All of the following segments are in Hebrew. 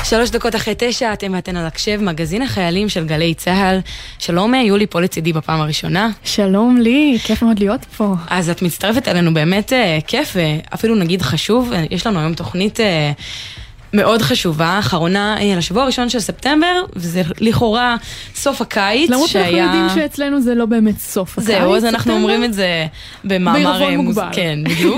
9:03, אתם ואתן על הקשב, מגזין החיילים של גלי צהל. שלום, יולי פה לצידי בפעם הראשונה. שלום לי, כיף מאוד להיות פה. אז את מצטרפת אלינו, באמת כיף, אפילו נגיד חשוב. יש לנו היום תוכנית מאוד חשובה, אחרונה לשבוע הראשון של ספטמבר, וזה לכאורה סוף הקיץ. למרות שאנחנו יודעים שאצלנו זה לא באמת סוף הקיץ. זהו, אז אנחנו אומרים את זה במאמר בעירבון מוגבל. כן, בדיוק.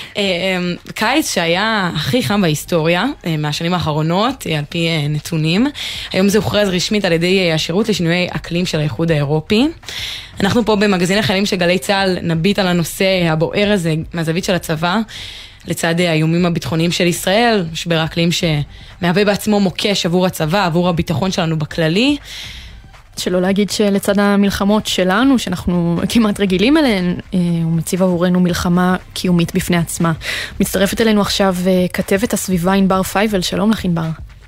קיץ שהיה הכי חם בהיסטוריה, מהשנים האחרונות, על פי נתונים. היום זה הוכרז רשמית על ידי השירות לשינויי אקלים של האיחוד האירופי. אנחנו פה במגזין החיילים של גלי צהל נביט על הנושא הבוער הזה מהזווית של הצבא, לצד האיומים הביטחוניים של ישראל, משבר האקלים שמהווה בעצמו מוקש עבור הצבא, עבור הביטחון שלנו בכללי. שלא להגיד שלצד המלחמות שלנו, שאנחנו כמעט רגילים אליהן, הוא מציב עבורנו מלחמה קיומית בפני עצמה. מצטרפת אלינו עכשיו כתבת הסביבה ענבר פייבל. שלום לך ענבר.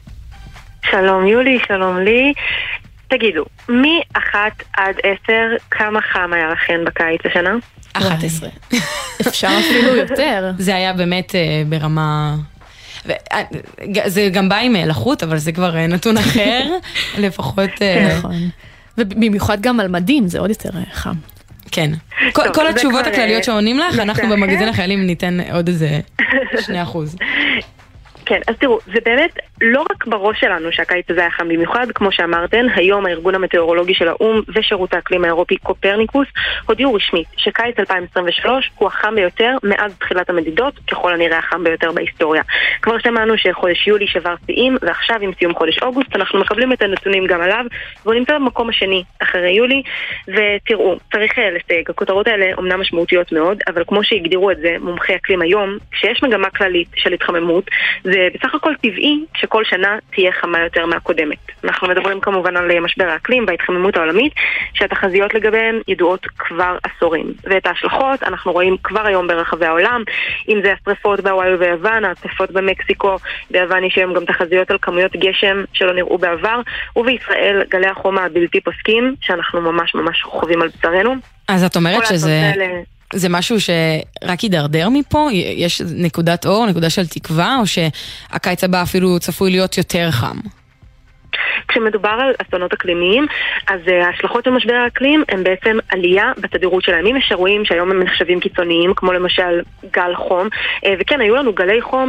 שלום יולי, שלום לי. תגידו, מ-1 עד 10 כמה חם היה לכם בקיץ השנה? 11. אפשר אפילו יותר. זה היה באמת ברמה... זה גם בא עם לחות, אבל זה כבר נתון אחר, לפחות... נכון. ובמיוחד גם על מדים, זה עוד יותר חם. כן. כל התשובות הכלליות שעונים לך, אנחנו במגזין החיילים ניתן עוד איזה 2%. כן, אז תראו, זה באמת לא רק בראש שלנו שהקיץ הזה היה חם במיוחד, כמו שאמרתן, היום הארגון המטאורולוגי של האום ושירות האקלים האירופי קופרניקוס הודיעו רשמית שקיץ 2023 הוא החם ביותר מאז תחילת המדידות, ככל הנראה החם ביותר בהיסטוריה. כבר שמענו שחודש יולי שבר שיאים, ועכשיו עם סיום חודש אוגוסט אנחנו מקבלים את הנתונים גם עליו, והוא נמצא במקום השני אחרי יולי, ותראו, צריך לסייג, הכותרות האלה אומנם משמעותיות מאוד, אבל כמו שהגדירו את זה מומחי אקלים היום, כשיש מגמה כללית של התחממות, זה בסך הכל טבעי שכל שנה תהיה חמה יותר מהקודמת. אנחנו מדברים כמובן על משבר האקלים וההתחממות העולמית, שהתחזיות לגביהם ידועות כבר עשורים. ואת ההשלכות אנחנו רואים כבר היום ברחבי העולם, אם זה השריפות בהוואי וביוון, ההצפות במקסיקו, ביוון יש היום גם תחזיות על כמויות גשם שלא נראו בעבר, ובישראל גלי החום הבלתי פוסקים, שאנחנו ממש ממש חווים על בשרנו. אז את אומרת שזה... זה משהו שרק יידרדר מפה? יש נקודת אור, נקודה של תקווה, או שהקיץ הבא אפילו צפוי להיות יותר חם? כשמדובר על אסונות אקלימיים, אז ההשלכות של משבר האקלים הם בעצם עלייה בתדירות שלהם. אם יש אירועים שהיום הם נחשבים קיצוניים, כמו למשל גל חום, וכן, היו לנו גלי חום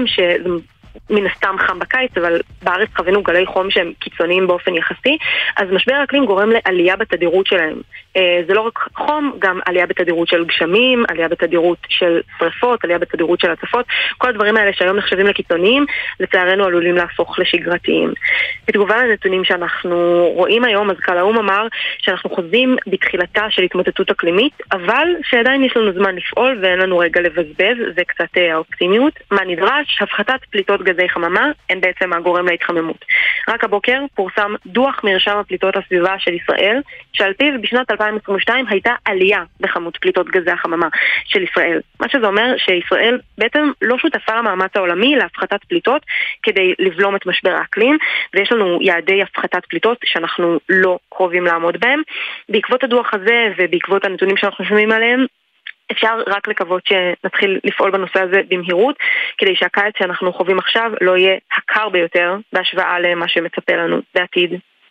מן הסתם חם בקיץ, אבל בארץ חווינו גלי חום שהם קיצוניים באופן יחסי, אז משבר האקלים גורם לעלייה בתדירות שלהם. זה לא רק חום, גם עלייה בתדירות של גשמים, עלייה בתדירות של שריפות, עלייה בתדירות של הצפות, כל הדברים האלה שהיום נחשבים לקיצוניים, לצערנו עלולים להפוך לשגרתיים. בתגובה לנתונים שאנחנו רואים היום, אז מזכ"ל האו"ם אמר שאנחנו חוזים בתחילתה של התמוטטות אקלימית, אבל שעדיין יש לנו זמן לפעול ואין לנו רגע לבזבז, זה קצת האופטימיות. מה נדרש? הפחתת פליטות גזי חממה הן בעצם הגורם להתחממות. רק הבוקר פורסם דוח מרשם הפליטות הסביבה של ישראל, שעל פיו בשנת 2022 הייתה עלייה בכמות פליטות גזי החממה של ישראל. מה שזה אומר שישראל בעצם לא שותפה למאמץ העולמי להפחתת פליטות כדי לבלום את משבר האקלים, ויש לנו יעדי הפחתת פליטות שאנחנו לא קרובים לעמוד בהם. בעקבות הדוח הזה ובעקבות הנתונים שאנחנו שומעים עליהם, אפשר רק לקוות שנתחיל לפעול בנושא הזה במהירות, כדי שהקיץ שאנחנו חווים עכשיו לא יהיה הקר ביותר בהשוואה למה שמצפה לנו בעתיד.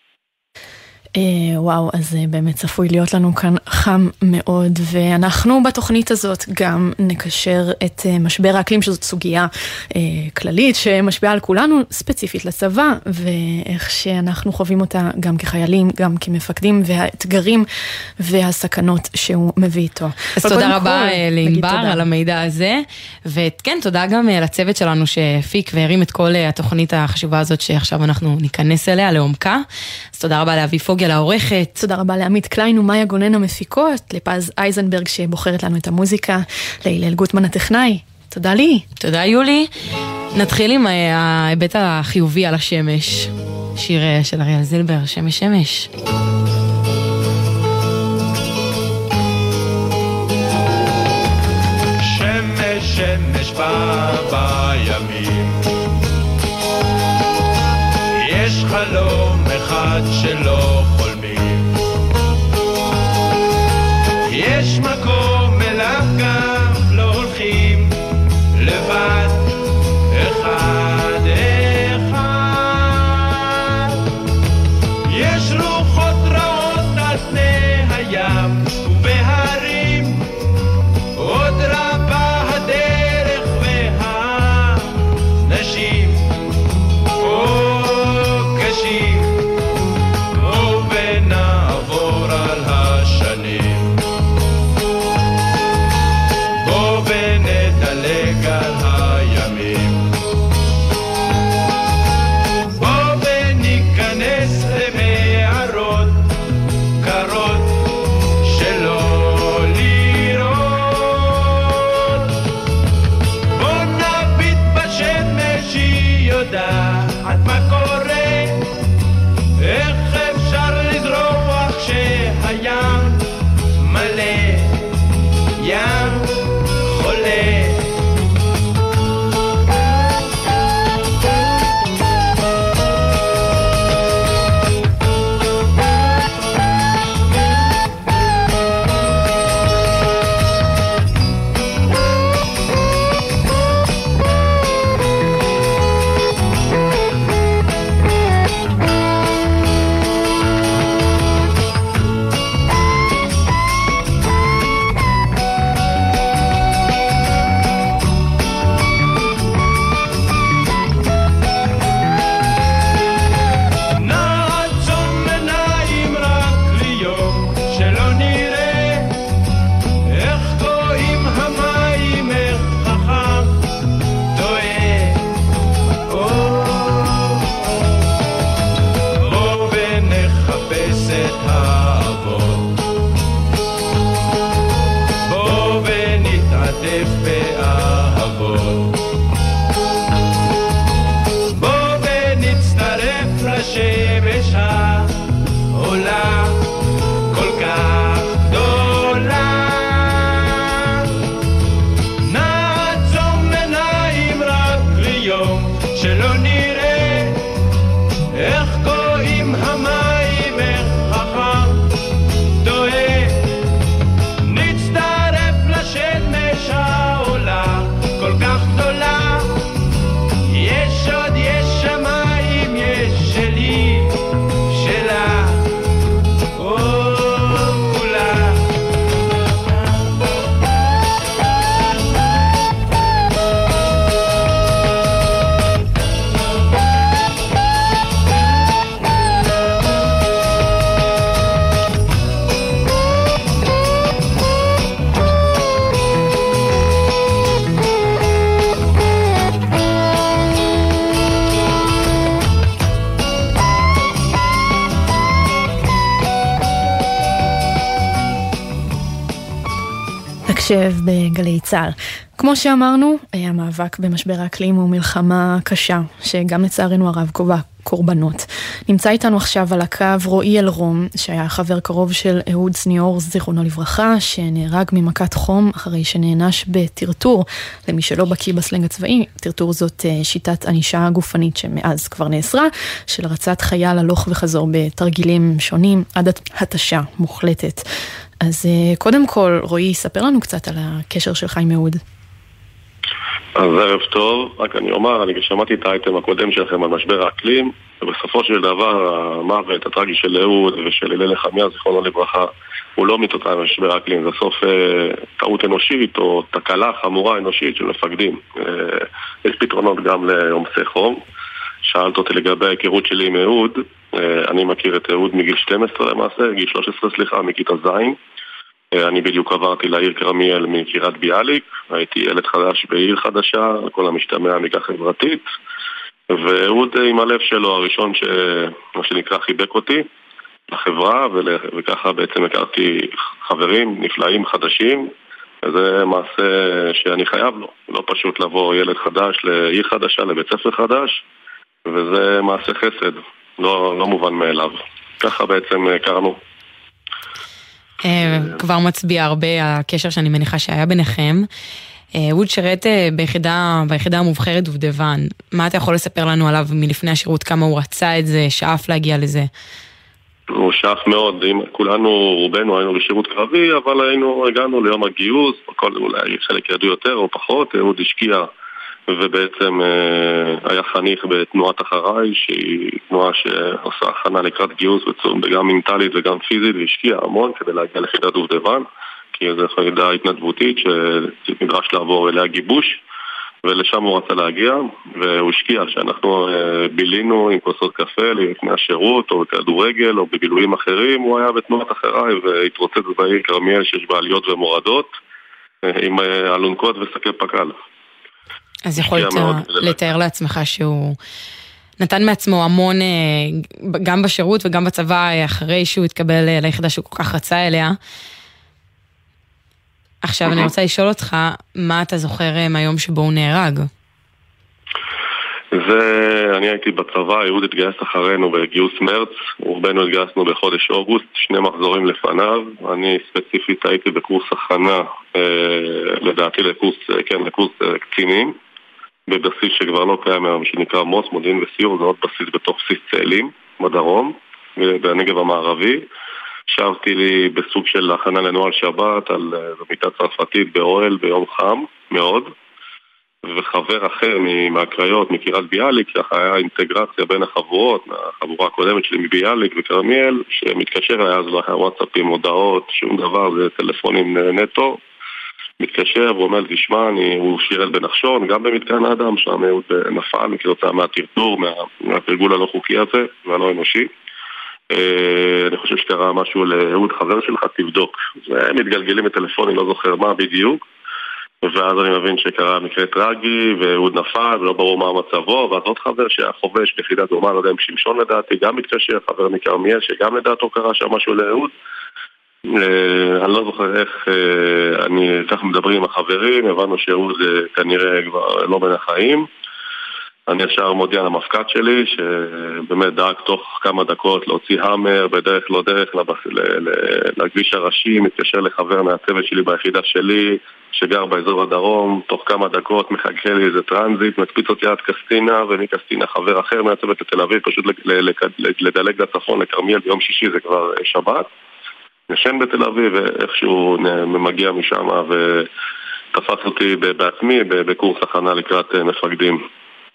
וואו, אז באמת צפוי להיות לנו כאן חם מאוד, ואנחנו בתוכנית הזאת גם נקשר את משבר האקלים, שזאת סוגיה כללית שמשפיעה על כולנו, ספציפית לצבא, ואיך שאנחנו חווים אותה גם כחיילים, גם כמפקדים, והאתגרים והסכנות שהוא מביא איתו. אז תודה רבה לענבר על המידע הזה, וכן, תודה גם לצוות שלנו שהפיק והרים את כל התוכנית החשובה הזאת שעכשיו אנחנו ניכנס אליה לעומקה. אז תודה רבה לאבי פוגל העורכת. תודה רבה לעמית קליין ומאיה גונן המפיקות, לפז אייזנברג שבוחרת לנו את המוזיקה, להילל גוטמן הטכנאי. תודה לי. תודה יולי. נתחיל עם ההיבט החיובי על השמש. שיר של אריאל זילבר, שמש שמש. שמש שמש בימים, יש חלום אחד שלא חולמים, יש מקום אליו גם לא הולכים לבד, אחד אחד. יודעת מה קורה, איך אפשר לזרוח שהים מלא, ים חולה. הקשב בגלי צה"ל. כמו שאמרנו, המאבק במשבר האקלים הוא מלחמה קשה, שגם לצערנו הרב קובע קורבנות. נמצא איתנו עכשיו על הקו רועי אלרום, שהיה חבר קרוב של אהוד סניור, זיכרונו לברכה, שנהרג ממכת חום אחרי שנענש בטרטור. למי שלא בקיא בסלנג הצבאי, טרטור זאת שיטת ענישה גופנית שמאז כבר נאסרה, של רצת חייל הלוך וחזור בתרגילים שונים עד התשה מוחלטת. אז קודם כל, רועי, ספר לנו קצת על הקשר שלך עם אהוד. אז ערב טוב, רק אני אומר, אני שמעתי את האייטם הקודם שלכם על משבר האקלים, ובסופו של דבר המוות הטרגי של אהוד ושל הלל נחמיה, זיכרונו לברכה, הוא לא מתוצאה משבר האקלים, זה סוף טעות אנושית או תקלה חמורה אנושית של מפקדים. יש פתרונות גם לעומסי חום. שאלת אותי לגבי ההיכרות שלי עם אהוד, אני מכיר את אהוד מגיל 12 למעשה, גיל 13 מכיתה ז'. אני בדיוק עברתי לעיר כרמיאל מקריית ביאליק, הייתי ילד חדש בעיר חדשה, כל המשתמע מכך חברתית, ואהוד עם הלב שלו הראשון מה שנקרא חיבק אותי לחברה, וככה בעצם הכרתי חברים נפלאים חדשים, וזה מעשה שאני חייב לו, לא פשוט לבוא ילד חדש לעיר חדשה, לבית ספר חדש, וזה מעשה חסד, לא מובן מאליו. ככה בעצם הכרנו. כבר מצביע הרבה הקשר שאני מניחה שהיה ביניכם. אהוד שרת ביחידה המובחרת דובדבן. מה אתה יכול לספר לנו עליו מלפני השירות? כמה הוא רצה את זה, שאף להגיע לזה? הוא שאף מאוד. כולנו, רובנו היינו בשירות קרבי, אבל הגענו ליום הגיוס, אולי חלק ידעו יותר או פחות. אהוד השקיע ובעצם היה חניך בתנועת אחריי, שהיא תנועה שעושה הכנה לקראת גיוס גם מנטלית וגם פיזית, והשקיע המון כדי להגיע ליחידת דובדבן, כי זו יחידה התנדבותית שנדרש לעבור אליה גיבוש, ולשם הוא רצה להגיע, והוא השקיע שאנחנו בילינו עם כוסות קפה לפני השירות או כדורגל או בבילויים אחרים. הוא היה בתנועת אחריי והתרוצץ בעיר כרמיאל שיש בה עליות ומורדות עם אלונקות ושקי פקל. אז יכולת לתאר לעצמך שהוא נתן מעצמו המון, גם בשירות וגם בצבא, אחרי שהוא התקבל ליחידה שהוא כל כך רצה אליה. עכשיו אני רוצה לשאול אותך, מה אתה זוכר מהיום שבו הוא נהרג? אני הייתי בצבא, יהוד התגייס אחרינו בגיוס מרץ, רובנו התגייסנו בחודש אוגוסט, 2 מחזורים לפניו. אני ספציפית הייתי בקורס הכנה, לדעתי לקורס קצינים, בבסיס שכבר לא קיים היום, שנקרא מוס, מודיעין וסיור, זה עוד בסיס בתוך בסיס צאלים, בדרום, בנגב המערבי. שבתי לי בסוג של הכנה לנוהל שבת על מיטה צרפתית באוהל ביום חם מאוד, וחבר אחר מהקריות, מקירת ביאליק, ככה היה אינטגרציה בין החבורות, החבורה הקודמת שלי מביאליק וקרמיאל, שמתקשר היה אז וואטסאפים, הודעות, שום דבר, זה טלפונים נטו, מתקשר ואומר, תשמע, הוא שירת בנחשון, גם במתקן האדם, שם הוא נפל, מכירוצה מהטרטור, מהתרגול הלא חוקי הזה, והלא אנושי. אני חושב שקרה משהו לאהוד חבר שלך, תבדוק. הם מתגלגלים בטלפונים, לא זוכר מה בדיוק, ואז אני מבין שקרה מקרה טרגי, ואהוד נפל, ולא ברור מה מצבו, ואז עוד חבר שהיה חובש ביחידה דומה, לא יודע אם שמשון לדעתי, גם מתקשר, חבר מכרמיאל, שגם לדעתו קרה שם משהו לאהוד. אני לא זוכר איך, אני ככה מדברים עם החברים, הבנו שאהוד כנראה כבר לא בין החיים. אני ישר מודיע למפקד שלי, שבאמת דאג תוך כמה דקות להוציא המר, בדרך לא דרך, לכביש הראשי, מתקשר לחבר מהצוות שלי ביחידה שלי, שגר באזור הדרום, תוך כמה דקות מחכה לי איזה טרנזיט, מקפיץ אותי עד קסטינה, ומקסטינה חבר אחר מהצוות לתל אביב, פשוט לדלג לצפון לקרמיאל ביום שישי, זה כבר שבת. נשן בתל אביב, ואיכשהו מגיע משם, ותפס אותי בעצמי בקורס הכנה לקראת מפקדים.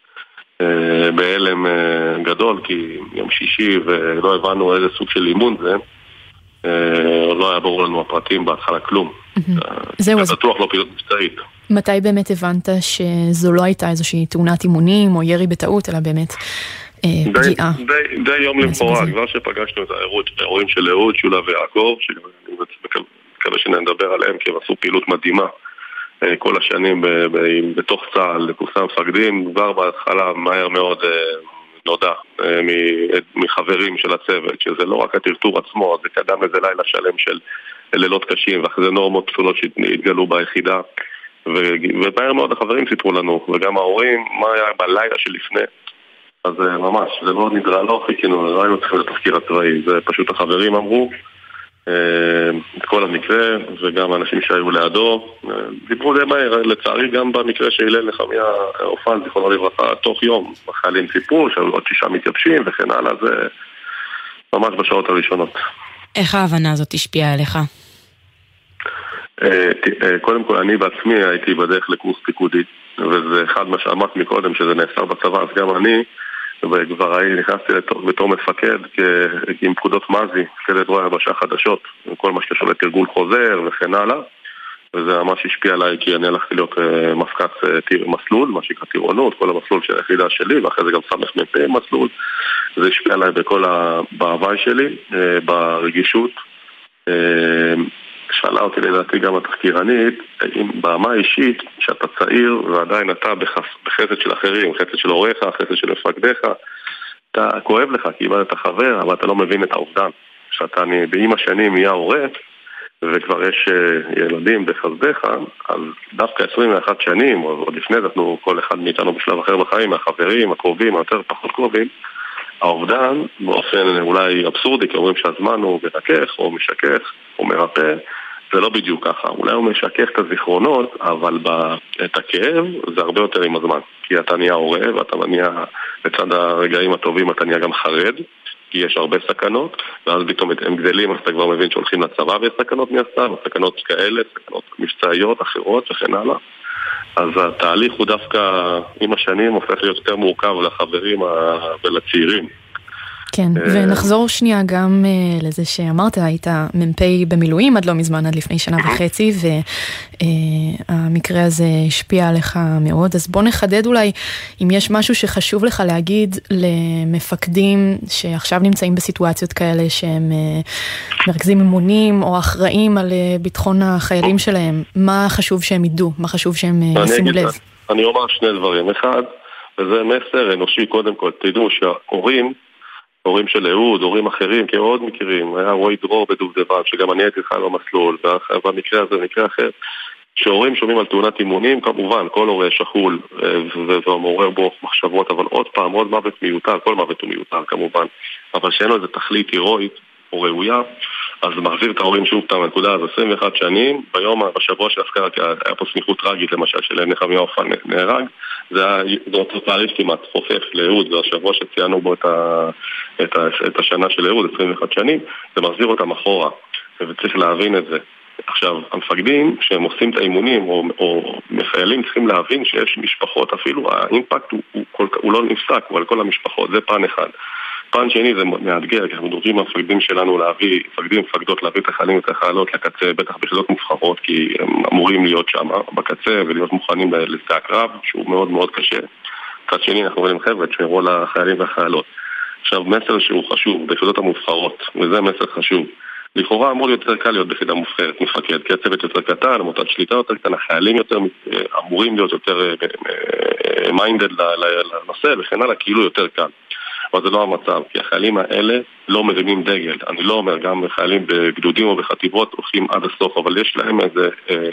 בהלם גדול, כי יום שישי ולא הבנו איזה סוג של אימון זה, לא היה ברור לנו הפרטים בהתחלה כלום. זה בטוח לא פעילות מבצעית. מתי באמת הבנת שזו לא הייתה איזושהי תאונת אימונים או ירי בטעות, אלא באמת פגיעה? די יום למחרת, כבר שפגשנו את האירועים של אהוד, שולה ויעקב, שאני מקווה שנדבר עליהם, כי הם עשו פעילות מדהימה כל השנים בתוך צה"ל, לקורסי המפקדים, כבר בהתחלה מהר מאוד נודע מחברים של הצוות, שזה לא רק הטרטור עצמו, זה קדם לזה לילה שלם של לילות קשים, ואחרי זה נורמות פסולות שהתגלו ביחידה, ומהר מאוד החברים סיפרו לנו, וגם ההורים, מה היה בלילה שלפני. אז ממש, זה לא נדרה, לא חיכינו, לא היינו צריכים לתחקיר הצבאי, זה פשוט החברים אמרו, את כל המקרה, וגם האנשים שהיו לידו דיברו די מהר, לצערי גם במקרה שהילל נחמיה אופן, זיכרונו לברכה, תוך יום החיילים סיפרו שהיו עוד 6 מתייבשים וכן הלאה, זה ממש בשעות הראשונות. איך ההבנה הזאת השפיעה עליך? קודם כל אני בעצמי הייתי בדרך לקורס פיקודי, וזה אחד מה שאמרת מקודם שזה נאסר בצבא, אז גם אני וכבר נכנסתי בתור מפקד עם פקודות מזי, כדי דרוע יבשה חדשות, כל מה שקשור לתרגול חוזר וכן הלאה, וזה ממש השפיע עליי כי אני הלכתי להיות מפקץ מסלול, מה שנקרא טירונות, כל המסלול של היחידה שלי, ואחרי זה גם סמך מ"פ מסלול, זה השפיע עליי בכל בהווי שלי, ברגישות. שאלה אותי לדעתי גם התחקירנית, ברמה האישית שאתה צעיר ועדיין אתה בחסד של אחרים, חסד של הוריך, חסד של מפקדיך, אתה כואב לך כי איבדת חבר, אבל אתה לא מבין את האובדן. שאתה עם השנים נהיה הורה, וכבר יש ילדים בחסדיך, אז דווקא 21 שנים, או עוד לפני זה, כל אחד מאיתנו בשלב אחר בחיים, החברים, הקרובים, היותר פחות קרובים, האובדן, באופן אולי אבסורדי, כי אומרים שהזמן הוא מרכך, או משכך, או מרפא, זה לא בדיוק ככה. אולי הוא משכך את הזיכרונות, אבל את הכאב זה הרבה יותר עם הזמן. כי אתה נהיה הורה, ואתה נהיה, בצד הרגעים הטובים, אתה נהיה גם חרד, כי יש הרבה סכנות, ואז פתאום הם גדלים, אז אתה כבר מבין שהולכים לצבא ויש סכנות מהסתם, סכנות כאלה, סכנות מבצעיות אחרות וכן הלאה. אז התהליך הוא דווקא עם השנים הופך להיות יותר מורכב לחברים ולצעירים. כן, ונחזור שנייה גם לזה שאמרת, היית מ"פ במילואים עד לא מזמן, עד לפני שנה וחצי, והמקרה הזה השפיע עליך מאוד, אז בוא נחדד אולי אם יש משהו שחשוב לך להגיד למפקדים שעכשיו נמצאים בסיטואציות כאלה שהם מרכזים אימונים או אחראים על ביטחון החיילים שלהם, מה חשוב שהם ידעו, מה חשוב שהם ישימו לב? אני אומר שני דברים, אחד, וזה מסר אנושי קודם כל, תדעו שההורים של אהוד, הורים אחרים, כי עוד מכירים, היה רועי דרור בדובדבן, שגם אני הייתי חי במסלול, ובמקרה הזה, במקרה אחר, כשהורים שומעים על תאונת אימונים, כמובן, כל הורה שחול ומעורר בו מחשבות, אבל עוד פעם, עוד מוות מיותר, כל מוות הוא מיותר כמובן, אבל שאין לו איזה תכלית הירואית או ראויה, אז מחזיר את ההורים שוב פעם הנקודה, אז 21 שנים, בשבוע שהזכר, היה פה סמיכות טרגית למשל, של נחמיה אופן נהרג, זה אותו תאריך כמעט חופף לאהוד, זה השבוע שציינו בו את השנה של אהוד, 21 שנים, זה מחזיר אותם אחורה, וצריך להבין את זה. עכשיו, המפקדים שהם עושים את האימונים או מחיילים צריכים להבין שיש משפחות, אפילו האימפקט הוא לא נפסק, הוא על כל המשפחות, זה פן אחד. פן שני זה מאתגר, כי אנחנו דורשים מהמפקדים שלנו להביא, מפקדות להביא את החיילים ואת החיילות לקצה, בטח ביחידות מובחרות, כי הם אמורים להיות שם בקצה ולהיות מוכנים לשדה הקרב, שהוא מאוד מאוד קשה. קצת שני אנחנו רואים חבר'ה שיראו לחיילים והחיילות. עכשיו, מסר שהוא חשוב ביחידות המובחרות, וזה מסר חשוב. לכאורה אמור יותר קל להיות ביחידה מובחרת, מפקד, כי הצוות יותר קטן, מוטת שליטה יותר קטן, החיילים יותר אמורים להיות יותר מיינדד לנושא, וכן הלאה, כאילו יותר קל. אבל זה לא המצב, כי החיילים האלה לא מרימים דגל. אני לא אומר, גם חיילים בגדודים או בחטיבות הולכים עד הסוף, אבל יש להם איזה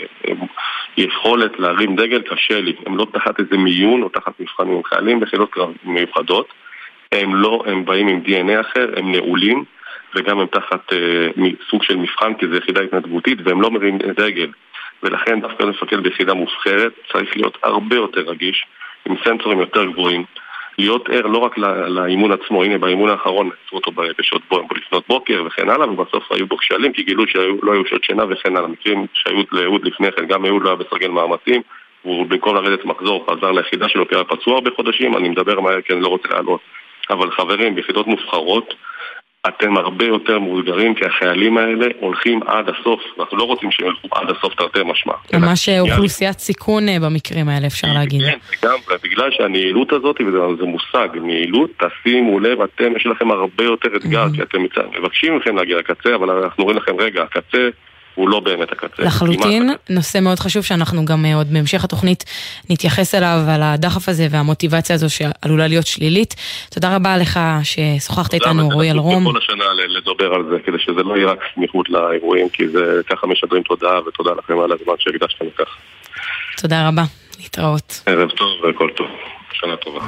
יכולת להרים דגל, קשה לי. הם לא תחת איזה מיון או תחת מבחנים. חיילים ביחידות קרב מיוחדות, הם באים עם DNA אחר, הם נעולים, וגם הם תחת סוג של מבחן, כי זה יחידה התנדבותית, והם לא מרימים דגל. ולכן דווקא מפקד ביחידה מובחרת צריך להיות הרבה יותר רגיש, עם סנסורים יותר גבוהים, להיות ער לא רק לאימון עצמו, הנה באימון האחרון עצרו אותו בשעות לפנות בוקר וכן הלאה, ובסוף היו בו כשלים, כי גילו שלא היו שעות שינה וכן הלאה. מקרים שהיו לאהוד לפני כן, גם אהוד לא היה בסרגל מאמצים, והוא במקום לרדת מחזור חזר ליחידה שלו, כי היה פצוע הרבה חודשים, אני מדבר מהר כי אני לא רוצה לעלות. אבל חברים, ביחידות מובחרות, אתם הרבה יותר מאותגרים, כי החיילים האלה הולכים עד הסוף, אנחנו לא רוצים שהם ילכו עד הסוף תרתי משמע. ממש אוכלוסיית סיכון במקרים האלה, אפשר להגיד. כן, גם, בגלל שהנעילות הזאת, וזה מושג, נעילות, תשימו לב, אתם, יש לכם הרבה יותר אתגר, כי אתם מבקשים לכם להגיע לקצה, אבל אנחנו רואים לכם, רגע, הקצה הוא לא באמת הקצה. לחלוטין, נושא מאוד חשוב שאנחנו גם עוד בהמשך התוכנית נתייחס אליו, על הדחף הזה והמוטיבציה הזו שעלולה להיות שלילית. תודה רבה לך ששוחחת איתנו, רועי אלרום. כל השנה לדבר על זה, כדי שזה לא יהיה רק סמיכות לאירועים, כי זה ככה משדרים תודה, ותודה לכם על הזמן שהקדשתם לכך. תודה רבה, להתראות. ערב טוב וכל טוב, שנה טובה.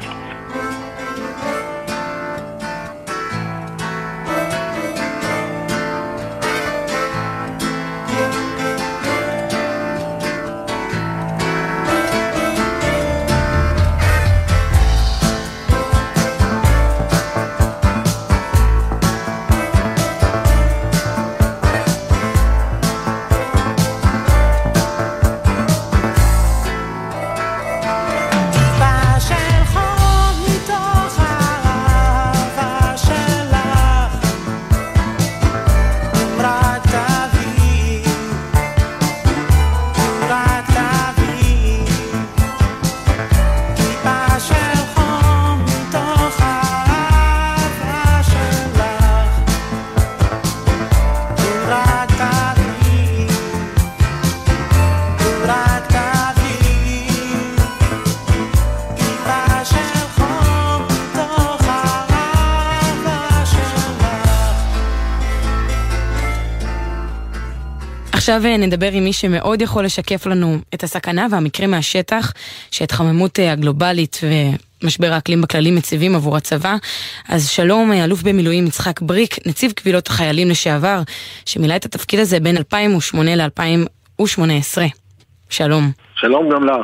עכשיו נדבר עם מי שמאוד יכול לשקף לנו את הסכנה והמקרים מהשטח שהתחממות הגלובלית ומשבר האקלים בכללי מציבים עבור הצבא. אז שלום, אלוף במילואים יצחק בריק, נציב קבילות החיילים לשעבר, שמילא את התפקיד הזה בין 2008 ל-2018. שלום. שלום גם לך.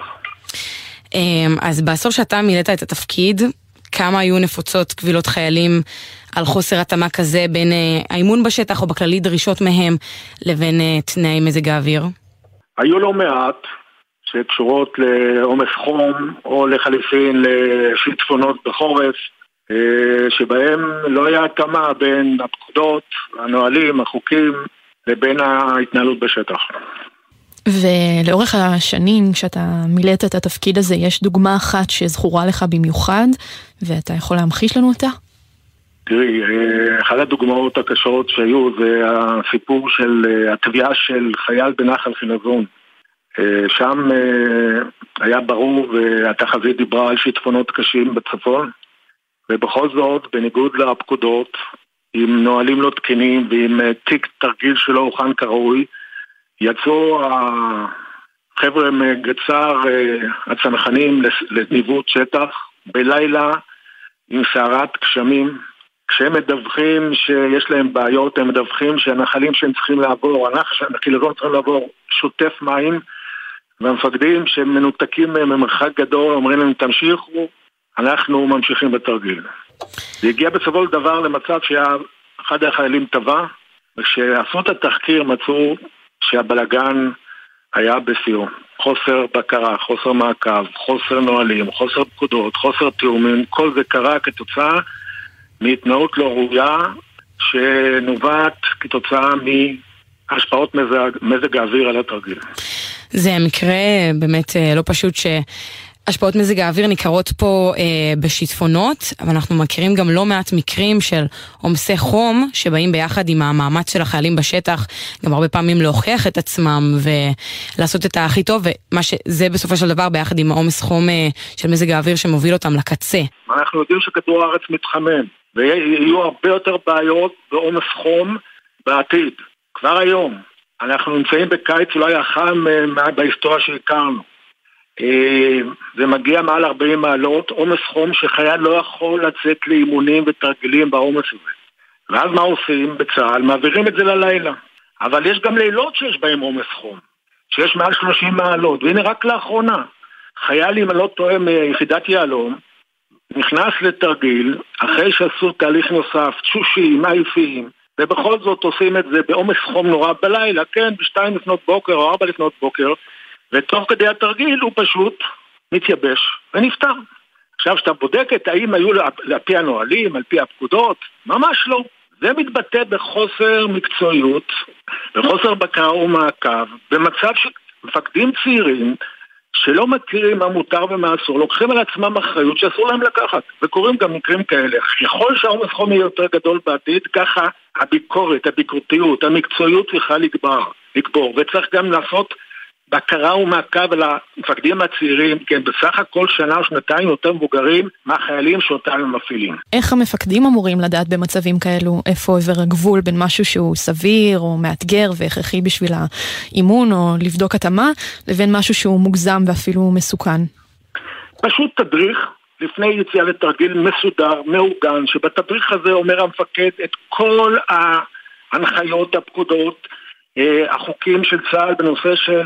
אז בעשור שאתה מילאת את התפקיד, כמה היו נפוצות קבילות חיילים על חוסר התאמה כזה בין האימון בשטח או בכללי דרישות מהם לבין תנאי מזג האוויר? היו לא מעט שקשורות לעומס חום או לחליפין לשיטפונות בחורף, שבהם לא היה התאמה בין הפקודות, הנהלים, החוקים, לבין ההתנהלות בשטח. ולאורך השנים כשאתה מילאת את התפקיד הזה, יש דוגמה אחת שזכורה לך במיוחד, ואתה יכול להמחיש לנו אותה? תראי, אחת הדוגמאות הקשות שהיו זה הסיפור של התביעה של חייל בנחל חילזון. שם היה ברור והתחזית דיברה על שיטפונות קשים בצפון, ובכל זאת, בניגוד לפקודות, עם נועלים לא תקנים ועם תיק תרגיל שלא הוכן כראוי, יצאו חבר'ה מגצר הצנחנים לניווט שטח בלילה עם סערת גשמים. כשהם מדווחים שיש להם בעיות, הם מדווחים שהנחלים שהם צריכים לעבור, הנחילזון צריכים לעבור שוטף מים, והמפקדים שהם מנותקים ממרחק גדול אומרים להם תמשיכו, אנחנו ממשיכים בתרגיל. זה הגיע בסופו של דבר למצב שאחד החיילים טבע, וכשעשו את התחקיר מצאו שהבלגן היה בשיאו. חוסר בקרה, חוסר מעקב, חוסר נועלים, חוסר פקודות, חוסר תיאומים, כל זה קרה כתוצאה מהתנאות לא ראויה שנובעת כתוצאה מהשפעות מזג האוויר על התרגיל. זה מקרה באמת לא פשוט השפעות מזג האוויר ניכרות פה בשיטפונות, אבל אנחנו מכירים גם לא מעט מקרים של עומסי חום שבאים ביחד עם המאמץ של החיילים בשטח, גם הרבה פעמים להוכיח את עצמם ולעשות את הכי טוב, ומה שזה בסופו של דבר ביחד עם העומס חום של מזג האוויר שמוביל אותם לקצה. אנחנו יודעים שכדור הארץ מתחמם, ויהיו הרבה יותר בעיות בעומס חום בעתיד. כבר היום אנחנו נמצאים בקיץ אולי החם בהיסטוריה שהכרנו. זה מגיע מעל 40 מעלות, עומס חום שחייל לא יכול לצאת לאימונים ותרגילים בעומס הזה. ואז מה עושים בצה"ל? מעבירים את זה ללילה. אבל יש גם לילות שיש בהם עומס חום, שיש מעל 30 מעלות. והנה רק לאחרונה, חייל אם אני לא טועה מיחידת יעלום, נכנס לתרגיל, אחרי שעשו תהליך נוסף, תשושים, מעיפים, ובכל זאת עושים את זה בעומס חום נורא בלילה, כן, ב2 לפנות בוקר או 4 לפנות בוקר, ותוך כדי התרגיל הוא פשוט מתייבש ונפטר. עכשיו שאתה בודקת האם היו על פי הנועלים, על פי הפקודות, ממש לא. זה מתבטא בחוסר מקצועיות, בחוסר בקרה ומעקב, במצב שמפקדים צעירים שלא מכירים מה מותר ומה אסור, לוקחים על עצמם אחריות שאסור להם לקחת, וקוראים גם מקרים כאלה. ככל שהעומס חום יהיה יותר גדול בעתיד, ככה הביקורת, הביקורתיות, המקצועיות צריכה לגבור, וצריך גם לעשות בקרה ומעקב על המפקדים הצעירים, כן, בסך הכל שנה או שנתיים יותר מבוגרים מהחיילים שאותם הם מפעילים. איך המפקדים אמורים לדעת במצבים כאלו איפה עובר הגבול בין משהו שהוא סביר או מאתגר והכרחי בשביל האימון או לבדוק התאמה, לבין משהו שהוא מוגזם ואפילו מסוכן? פשוט תדריך לפני יציאה לתרגיל מסודר, מעוגן, שבתדריך הזה אומר המפקד את כל ההנחיות, הפקודות, החוקים של צה"ל בנושא של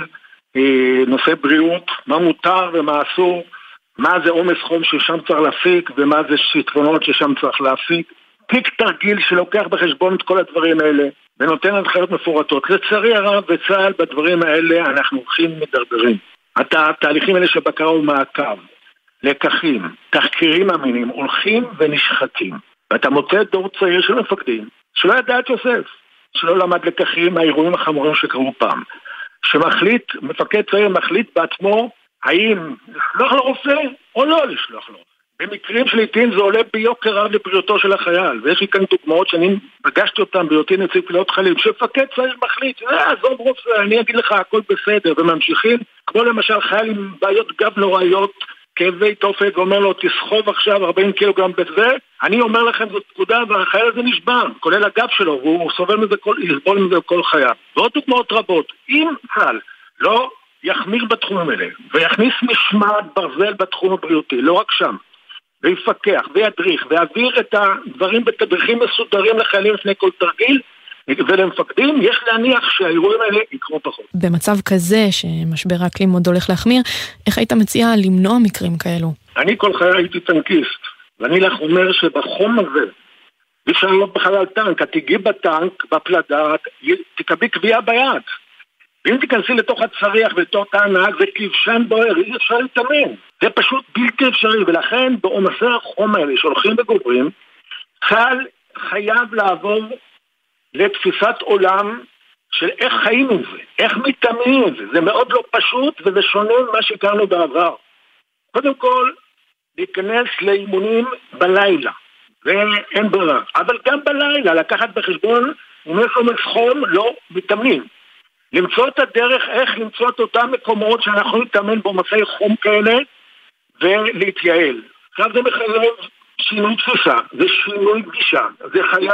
נושא בריאות, מה מותר ומה אסור, מה זה עומס חום ששם צריך להפיק ומה זה שיטפונות ששם צריך להפיק. תיק תרגיל שלוקח בחשבון את כל הדברים האלה ונותן הנחיות מפורטות. לצערי הרב בצה"ל בדברים האלה אנחנו הולכים מדרדרים. התהליכים האלה של בקרה ומעקב, לקחים, תחקירים אמינים הולכים ונשחקים, ואתה מוצא דור צעיר של מפקדים שלא ידע את יוסף, שלא למד לקחים מהאירועים החמורים שקרו פעם, שמחליט, מפקד צעיר מחליט בעצמו האם לשלוח לרופא או לא לשלוח לו. במקרים שלעיתים זה עולה ביוקר רב לבריאותו של החייל, ויש לי כאן דוגמאות שאני פגשתי אותם בהיותי נציב קבילות חיילים, שמפקד צעיר מחליט, עזוב רופא, אני אגיד לך הכל בסדר, וממשיכים, כמו למשל חייל עם בעיות גב נוראיות, כאבי תופת, ואומר לו תסחוב עכשיו 40 קילוגרם בזה, אני אומר לכם זאת פקודה והחייל הזה נשבר, כולל הגב שלו, והוא סובל מזה יסבול מזה כל חייו. ועוד דוגמאות רבות, אם צה"ל לא יחמיר בתחומים האלה, ויכניס משמעת ברזל בתחום הבריאותי, לא רק שם, ויפקח, וידריך, ויעביר את הדברים בתדריכים מסודרים לחיילים לפני כל תרגיל, ולמפקדים יש להניח שהאירועים האלה יקרו פחות. במצב כזה שמשבר האקלים עוד הולך להחמיר, איך היית מציע למנוע מקרים כאלו? אני כל חיי הייתי טנקיסט, ואני לך אומר שבחום הזה, אי אפשר להיות בחלל טנק, את תגיעי בטנק, בפלדה, תקבי קביעה ביד. ואם תיכנסי לתוך הצריח ולתוך הנהג, זה כבשן בוער, אי אפשר להתאמן. זה פשוט בלתי אפשרי, ולכן בעומסי החום האלה שהולכים וגוברים, צה"ל חייב לעבור לתפיסת עולם של איך חיים עם זה, איך מתאמנים עם זה. זה מאוד לא פשוט וזה שונה ממה שהכרנו בעבר. קודם כל, להיכנס לאימונים בלילה, ואין ברירה. אבל גם בלילה, לקחת בחשבון, אם יש עומס חום, לא מתאמנים. למצוא את הדרך, איך למצוא את אותם מקומות שאנחנו נתאמן בעומסי חום כאלה, ולהתייעל. עכשיו זה מחייב שינוי תפיסה, זה שינוי גישה, זה חייב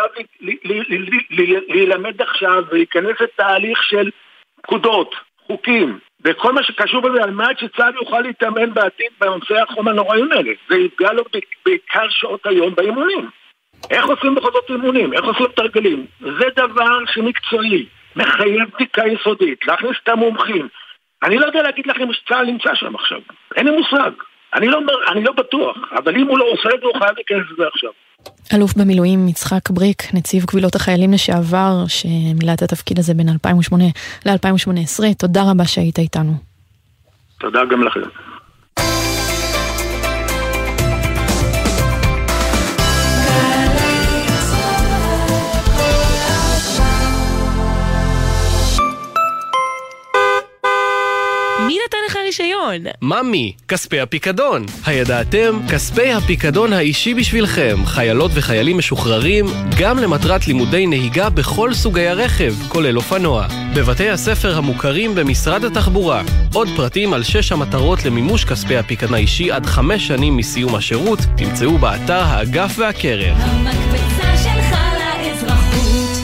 להילמד עכשיו ולהיכנס לתהליך של פקודות, חוקים, וכל מה שקשור בזה על מנת שצה"ל יוכל להתאמן בעתיד בנושא החום הנוראים האלה. זה יפגע לו בעיקר שעות היום באימונים. איך עושים בכל זאת אימונים? איך עושים תרגלים? זה דבר שמקצועי, מחייב בדיקה יסודית, להכניס את המומחים. אני לא יודע להגיד לכם שצה"ל נמצא שם עכשיו. אין לי מושג. אני לא בטוח, אבל אם הוא לא עושה את זה, הוא חייב להיכנס לזה עכשיו. אלוף במילואים יצחק בריק, נציב קבילות החיילים לשעבר, שמילא את התפקיד הזה בין 2008 ל-2018. תודה רבה שהיית איתנו. תודה גם לכם. מי נתן לך רישיון? ממי, כספי הפיקדון. הידעתם? כספי הפיקדון האישי בשבילכם. חיילות וחיילים משוחררים, גם למטרת לימודי נהיגה בכל סוגי הרכב, כולל אופנוע. בבתי הספר המוכרים במשרד התחבורה. עוד פרטים על 6 המטרות למימוש כספי הפיקדון האישי עד 5 שנים מסיום השירות, תמצאו באתר האגף והקרן. המקפצה שלך לאזרחות.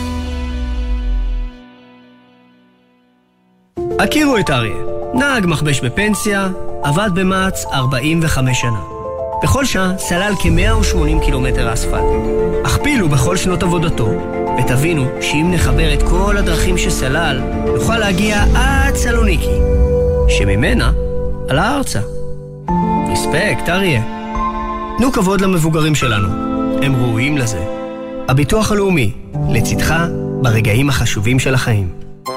הכירו את אריה. נהג מכבש בפנסיה, עבד במעץ 45 שנה. בכל שעה סלל כ-180 קילומטר אספלט. הכפילו בכל שנות עבודתו, ותבינו שאם נחבר את כל הדרכים שסלל, נוכל להגיע עד סלוניקי, שממנה עלה ארצה. רספקט, אריה. תנו כבוד למבוגרים שלנו, הם ראויים לזה. הביטוח הלאומי, לצדך ברגעים החשובים של החיים.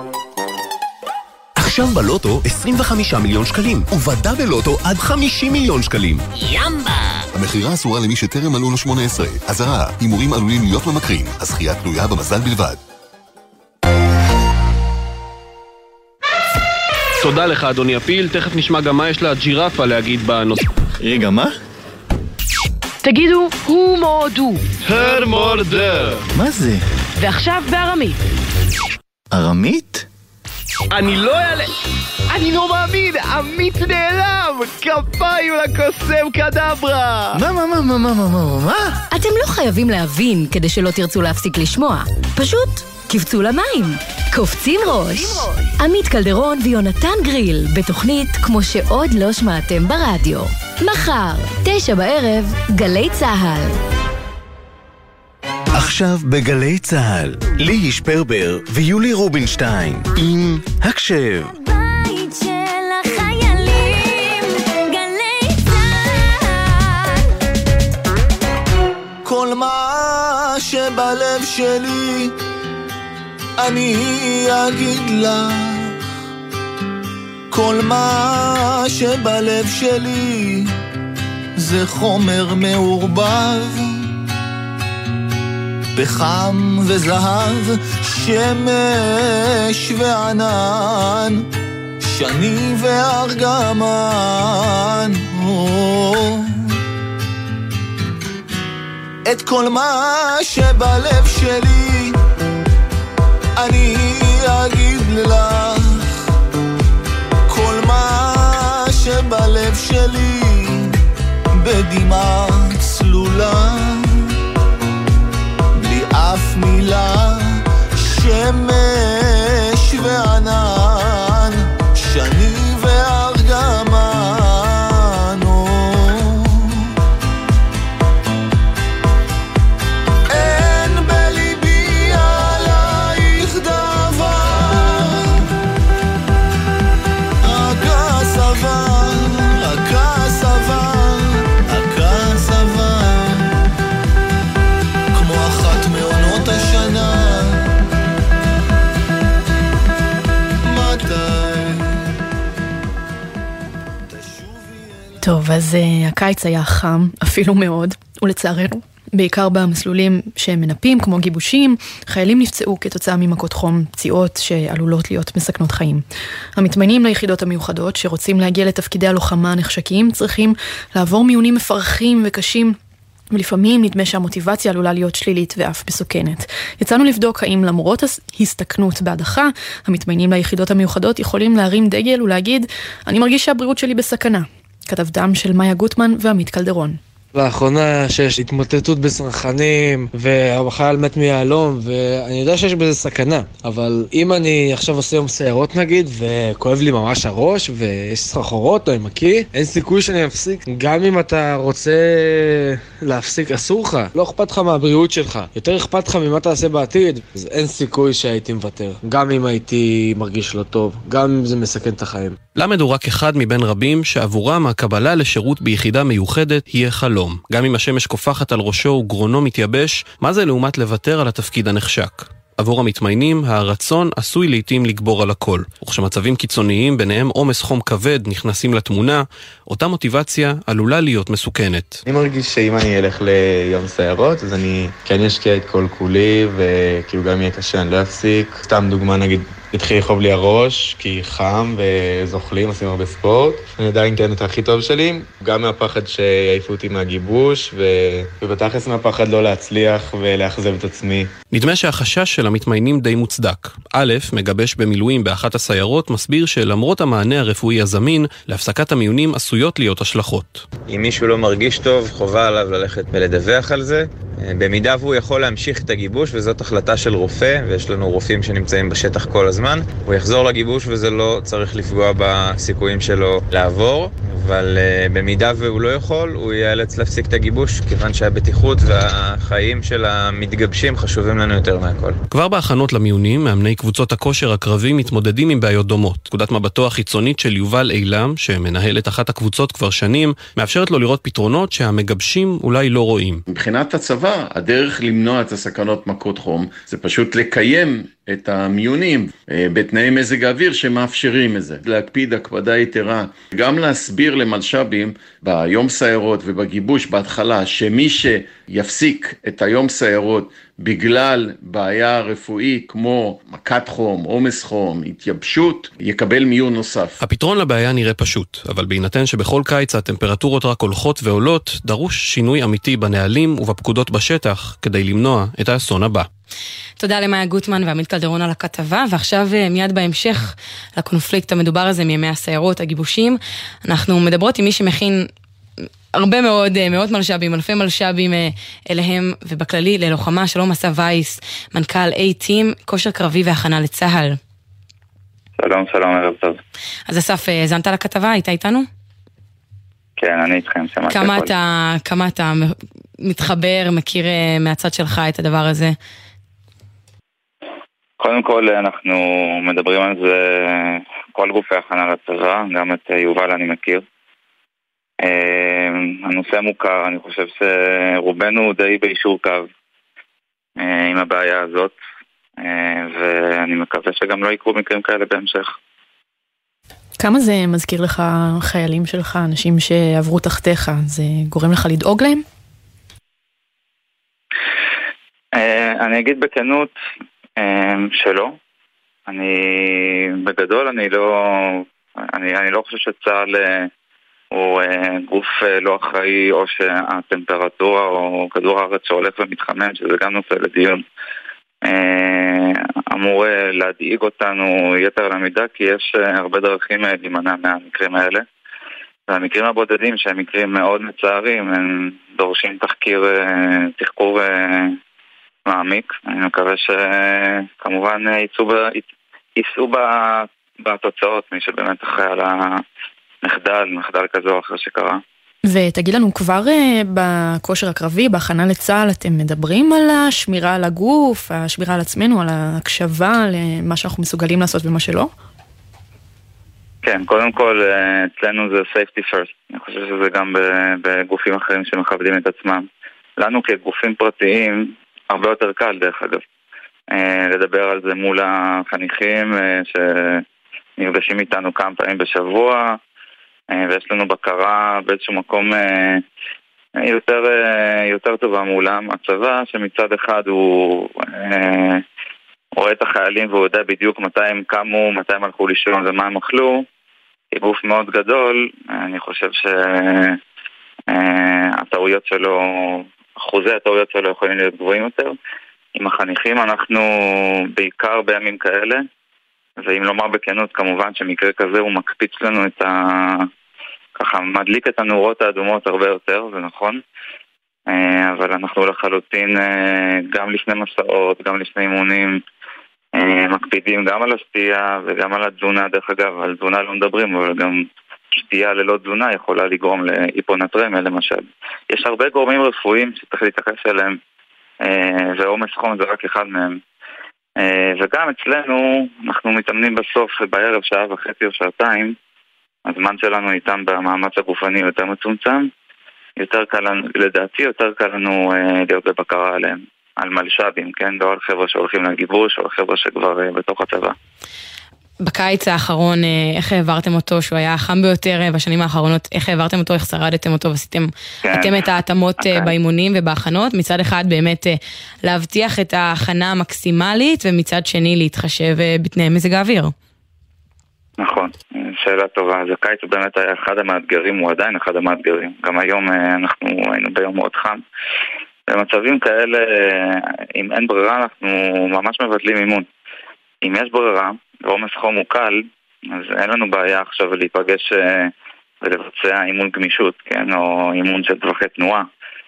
עכשיו בלוטו 25 מיליון שקלים, ובדאבל לוטו עד 50 מיליון שקלים. ימבה! המחירה אסורה למי שטרם מלאו לו 18. אזהרה, הימורים עלולים להיות ממכרים. הזכייה תלויה במזל בלבד. תודה לך אדוני הפיל, תכף נשמע גם מה יש לג'ירפה להגיד בנושא. רגע, מה? תגידו, הוא מורדו. הר מורדר. מה זה? ועכשיו בארמית. ארמית? אני לא אעלה... אני לא מאמין, עמית נעלם! כפיים לקוסם קדברה! מה? אתם לא חייבים להבין כדי שלא תרצו להפסיק לשמוע. פשוט קפצו למים. קופצים ראש. עמית קלדרון ויונתן גריל בתוכנית כמו שעוד לא שמעתם ברדיו. מחר, 9 בערב, גלי צהל. עכשיו בגלי צהל, ליהי שפרבר ויולי רובינשטיין עם הקשב. בית של החיילים, גלי צהל. כל מה שבלב שלי אני אגיד לך, כל מה שבלב שלי זה חומר מעורבב, פחם וזהב, שמש וענן, שני וארגמן. את כל מה שבלב שלי אני אגיד לך, כל מה שבלב שלי בדמעה צלולה, אף מילה, שמש וענן, שני וארגמן. אין בליבי עלייך דבר, הכעס עבר, הכעס עבר, הכעס עבר, כמו אחת מעונות השנה. טוב, אז הקיץ היה חם, אפילו מאוד, ולצערנו, בעיקר במסלולים שהם מנפים, כמו גיבושים, חיילים נפצעו כתוצאה ממכות חום, פציעות שעלולות להיות מסכנות חיים. המתמיינים ליחידות המיוחדות שרוצים להגיע לתפקידי הלוחמה הנחשקים, צריכים לעבור מיונים מפרכים וקשים, ולפעמים נדמה שהמוטיבציה עלולה להיות שלילית ואף מסוכנת. יצאנו לבדוק האם למרות ההסתכנות בהדחה, המתמיינים ליחידות המיוחדות יכולים להרים דגל ולהגיד, אני מרגיש שהבריאות שלי בסכנה. כתבתם של מאיה גוטמן ועמית קלדרון. לאחרונה שיש התמוטטות בסרחנים והחייל מת מיהלום ואני יודע שיש בזה סכנה, אבל אם אני עכשיו עושה יום סיירות נגיד וכואב לי ממש הראש ויש סחרחורות או עם מקיא, אין סיכוי שאני אפסיק. גם אם אתה רוצה להפסיק אסור לך, לא אכפת לך מהבריאות שלך, יותר אכפת לך ממה תעשה בעתיד, אז אין סיכוי שהייתי מוותר, גם אם הייתי מרגיש לא טוב, גם אם זה מסכן את החיים. למד הוא רק אחד מבין רבים שעבורם הקבלה לשירות ביחידה מיוחדת יהיה חלום. גם אם השמש קופחת על ראשו וגרונו מתייבש, מה זה לעומת לוותר על התפקיד הנחשק? עבור המתמיינים, הרצון עשוי לעתים לגבור על הכל. וכשמצבים קיצוניים, ביניהם עומס חום כבד, נכנסים לתמונה, אותה מוטיבציה עלולה להיות מסוכנת. אני מרגיש שאם אני אלך ליום סיירות, אז אני כן אשקיע את כל כולי, וכאילו גם יהיה קשה, אני לא אפסיק. סתם דוגמה, נגיד, התחיל לחוב לי הראש, כי חם וזוכלים, עושים הרבה ספורט. אני עדיין אתן את הכי טוב שלי, גם מהפחד שיעיפו אותי מהגיבוש, ובתכלס מהפחד לא להצליח ולאכזב את עצמי. נדמה שהחשש של המתמיינים די מוצדק. א', מגבש במילואים באחת הסיירות, מסביר שלמרות המענה הרפואי הזמין, להפסקת המיונים עשויות להיות השלכות. אם מישהו לא מרגיש טוב, חובה עליו ללכת ולדווח על זה. במידה והוא יכול להמשיך את הגיבוש, וזאת החלטה של רופא, ויש לנו רופאים שנמצאים בשטח כל הזמן, הוא יחזור לגיבוש וזה לא צריך לפגוע בסיכויים שלו לעבור, אבל במידה והוא לא יכול, הוא ייאלץ להפסיק את הגיבוש, כיוון שהבטיחות והחיים של המתגבשים חשובים לנו יותר מהכל. כבר בהכנות למיונים, מאמני קבוצות הכושר הקרבי מתמודדים עם בעיות דומות. נקודת מבטו החיצונית של יובל אילם, שמנהל את אחת הקבוצות כבר שנים, מאפשרת לו לראות פתרונות שהמגבשים אולי לא רואים. מבחינת הצבא, הדרך למנוע את הסכנות מכות חום, זה פשוט לקיים את המיונים בתנאי מזג האוויר שמאפשרים את זה. להקפיד הקפדה יתרה, גם להסביר למלשבים ביום סיירות ובגיבוש בהתחלה, שמי שיפסיק את היום סיירות בגלל בעיה רפואית כמו מכת חום, עומס חום, התייבשות, יקבל מיון נוסף. הפתרון לבעיה נראה פשוט, אבל בהינתן שבכל קיץ הטמפרטורות רק הולכות ועולות, דרוש שינוי אמיתי בנהלים ובפקודות בשטח כדי למנוע את האסון הבא. תודה למאיה גוטמן ועמית קלדרון על הכתבה, ועכשיו מיד בהמשך לקונפליקט המדובר הזה מימי הסיירות, הגיבושים, אנחנו מדברות עם מי שמכין הרבה מאוד, מאות מלשבים, אלפי מלשבים אליהם, ובכללי ללוחמה. שלום אסף וייס, מנכ"ל A-Team, כושר קרבי והכנה לצהל. שלום, שלום, ערב טוב. אז אסף, זנת לכתבה, היית איתנו? כן, אני איתכם, שמעתי כמה אתה מתחבר, מכיר מהצד שלך את הדבר הזה? קודם כל, אנחנו מדברים על זה, כל גופי הכנה לצבא, גם את יובל אני מכיר. הנושא מוכר, אני חושב שרובנו די ביישור קו עם הבעיה הזאת, ואני מקווה שגם לא יקרו מקרים כאלה בהמשך. כמה זה מזכיר לך חיילים שלך, אנשים שעברו תחתיך? זה גורם לך לדאוג להם? אני אגיד בכנות שלא. בגדול אני לא חושב שצה"ל הוא גוף לא אחראי, או שהטמפרטורה או כדור הארץ שהולך ומתחמם, שזה גם נושא לדיון, אמור להדאיג אותנו יתר למידה, כי יש הרבה דרכים להימנע מהמקרים האלה. והמקרים הבודדים שהם מקרים מאוד מצערים, הם דורשים תחקור מעמיק. אני מקווה שכמובן יישאו בתוצאות, מי שבאמת אחראי על מחדל כזה או אחר שקרה. ותגיד לנו, כבר בכושר הקרבי, בהכנה לצה"ל, אתם מדברים על השמירה על הגוף, השמירה על עצמנו, על ההקשבה למה שאנחנו מסוגלים לעשות ומה שלא? כן, קודם כל, אצלנו זה safety first. אני חושב שזה גם בגופים אחרים שמכבדים את עצמם. לנו כגופים פרטיים, הרבה יותר קל דרך אגב, לדבר על זה מול החניכים שנפגשים איתנו כמה פעמים בשבוע, ויש לנו בקרה באיזשהו מקום יותר טובה מולם. הצבא שמצד אחד הוא רואה את החיילים והוא יודע בדיוק מתי הם קמו, מתי הם הלכו לישון ומה הם אכלו. כגוף מאוד גדול, אני חושב שהטעויות שלו, אחוזי הטעויות שלו יכולים להיות גבוהים יותר. עם החניכים אנחנו בעיקר בימים כאלה, ואם לומר בכנות, כמובן שמקרה כזה הוא מקפיץ לנו ככה מדליק את הנורות האדומות הרבה יותר, זה נכון. אבל אנחנו לחלוטין גם לפני מסעות, גם לפני אימונים, מקפידים גם על השתייה וגם על התזונה. דרך אגב, על תזונה לא מדברים, אבל גם שתייה ללא תזונה יכולה לגרום להיפונטרמיה למשל. יש הרבה גורמים רפואיים שצריך להתייחס אליהם, ועומס חום זה רק אחד מהם. וגם אצלנו אנחנו מתאמנים בסוף בערב שעה וחצי או שעתיים, הזמן שלנו איתם במאמץ הגופני יותר מצומצם, יותר קל לנו, לדעתי יותר קל לנו להיות בבקרה עליהם, על מלשבים, כן? לא על חבר'ה שהולכים לגיבוש או על חבר'ה שכבר בתוך הצבא. בקיץ האחרון, איך העברתם אותו, שהוא היה החם ביותר בשנים האחרונות, איך העברתם אותו, איך שרדתם אותו, ועשיתם אתם את ההתאמות באימונים ובהכנות, מצד אחד באמת להבטיח את ההכנה המקסימלית, ומצד שני להתחשב בתנאי מזג האוויר. נכון, שאלה טובה. אז הקיץ באמת היה אחד המאתגרים, הוא עדיין אחד המאתגרים. גם היום אנחנו היינו ביום מאוד חם. במצבים כאלה, אם אין ברירה, אנחנו ממש מבטלים אימון. אם יש ברירה, ועומס חום הוא קל, אז אין לנו בעיה עכשיו להיפגש ולבצע אימון גמישות, כן? או אימון של טווחי תנועה.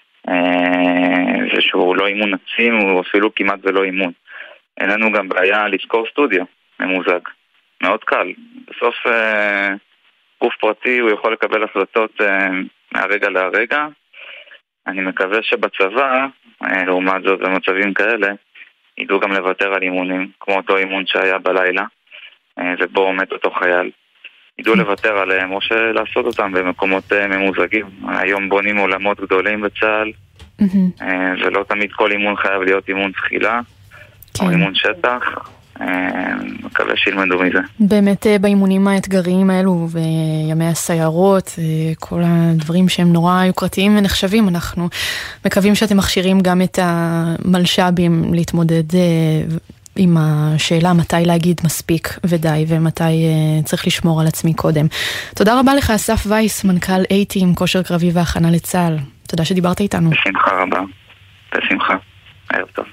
ושהוא לא אימון עצים, הוא אפילו כמעט ולא אימון. אין לנו גם בעיה לזכור סטודיו ממוזג. מאוד קל. בסוף גוף פרטי הוא יכול לקבל החלטות מהרגע להרגע. אני מקווה שבצבא, לעומת זאת במצבים כאלה, ידעו גם לוותר על אימונים, כמו אותו אימון שהיה בלילה, ובו עומד אותו חייל. ידעו לוותר עליהם, או לעשות אותם במקומות ממוזגים. היום בונים עולמות גדולים בצה"ל, ולא תמיד כל אימון חייב להיות אימון תחילה, או אימון שטח. מקווה שילמדו מזה. באמת באימונים האתגריים האלו וימי הסיירות, כל הדברים שהם נורא יוקרתיים ונחשבים, אנחנו מקווים שאתם מכשירים גם את המלשבים להתמודד עם השאלה מתי להגיד מספיק ודי, ומתי צריך לשמור על עצמי קודם. תודה רבה לך אסף וייס, מנכ"ל A-Team, כושר קרבי והכנה לצה"ל. תודה שדיברת איתנו. בשמחה רבה. בשמחה. ערב טוב.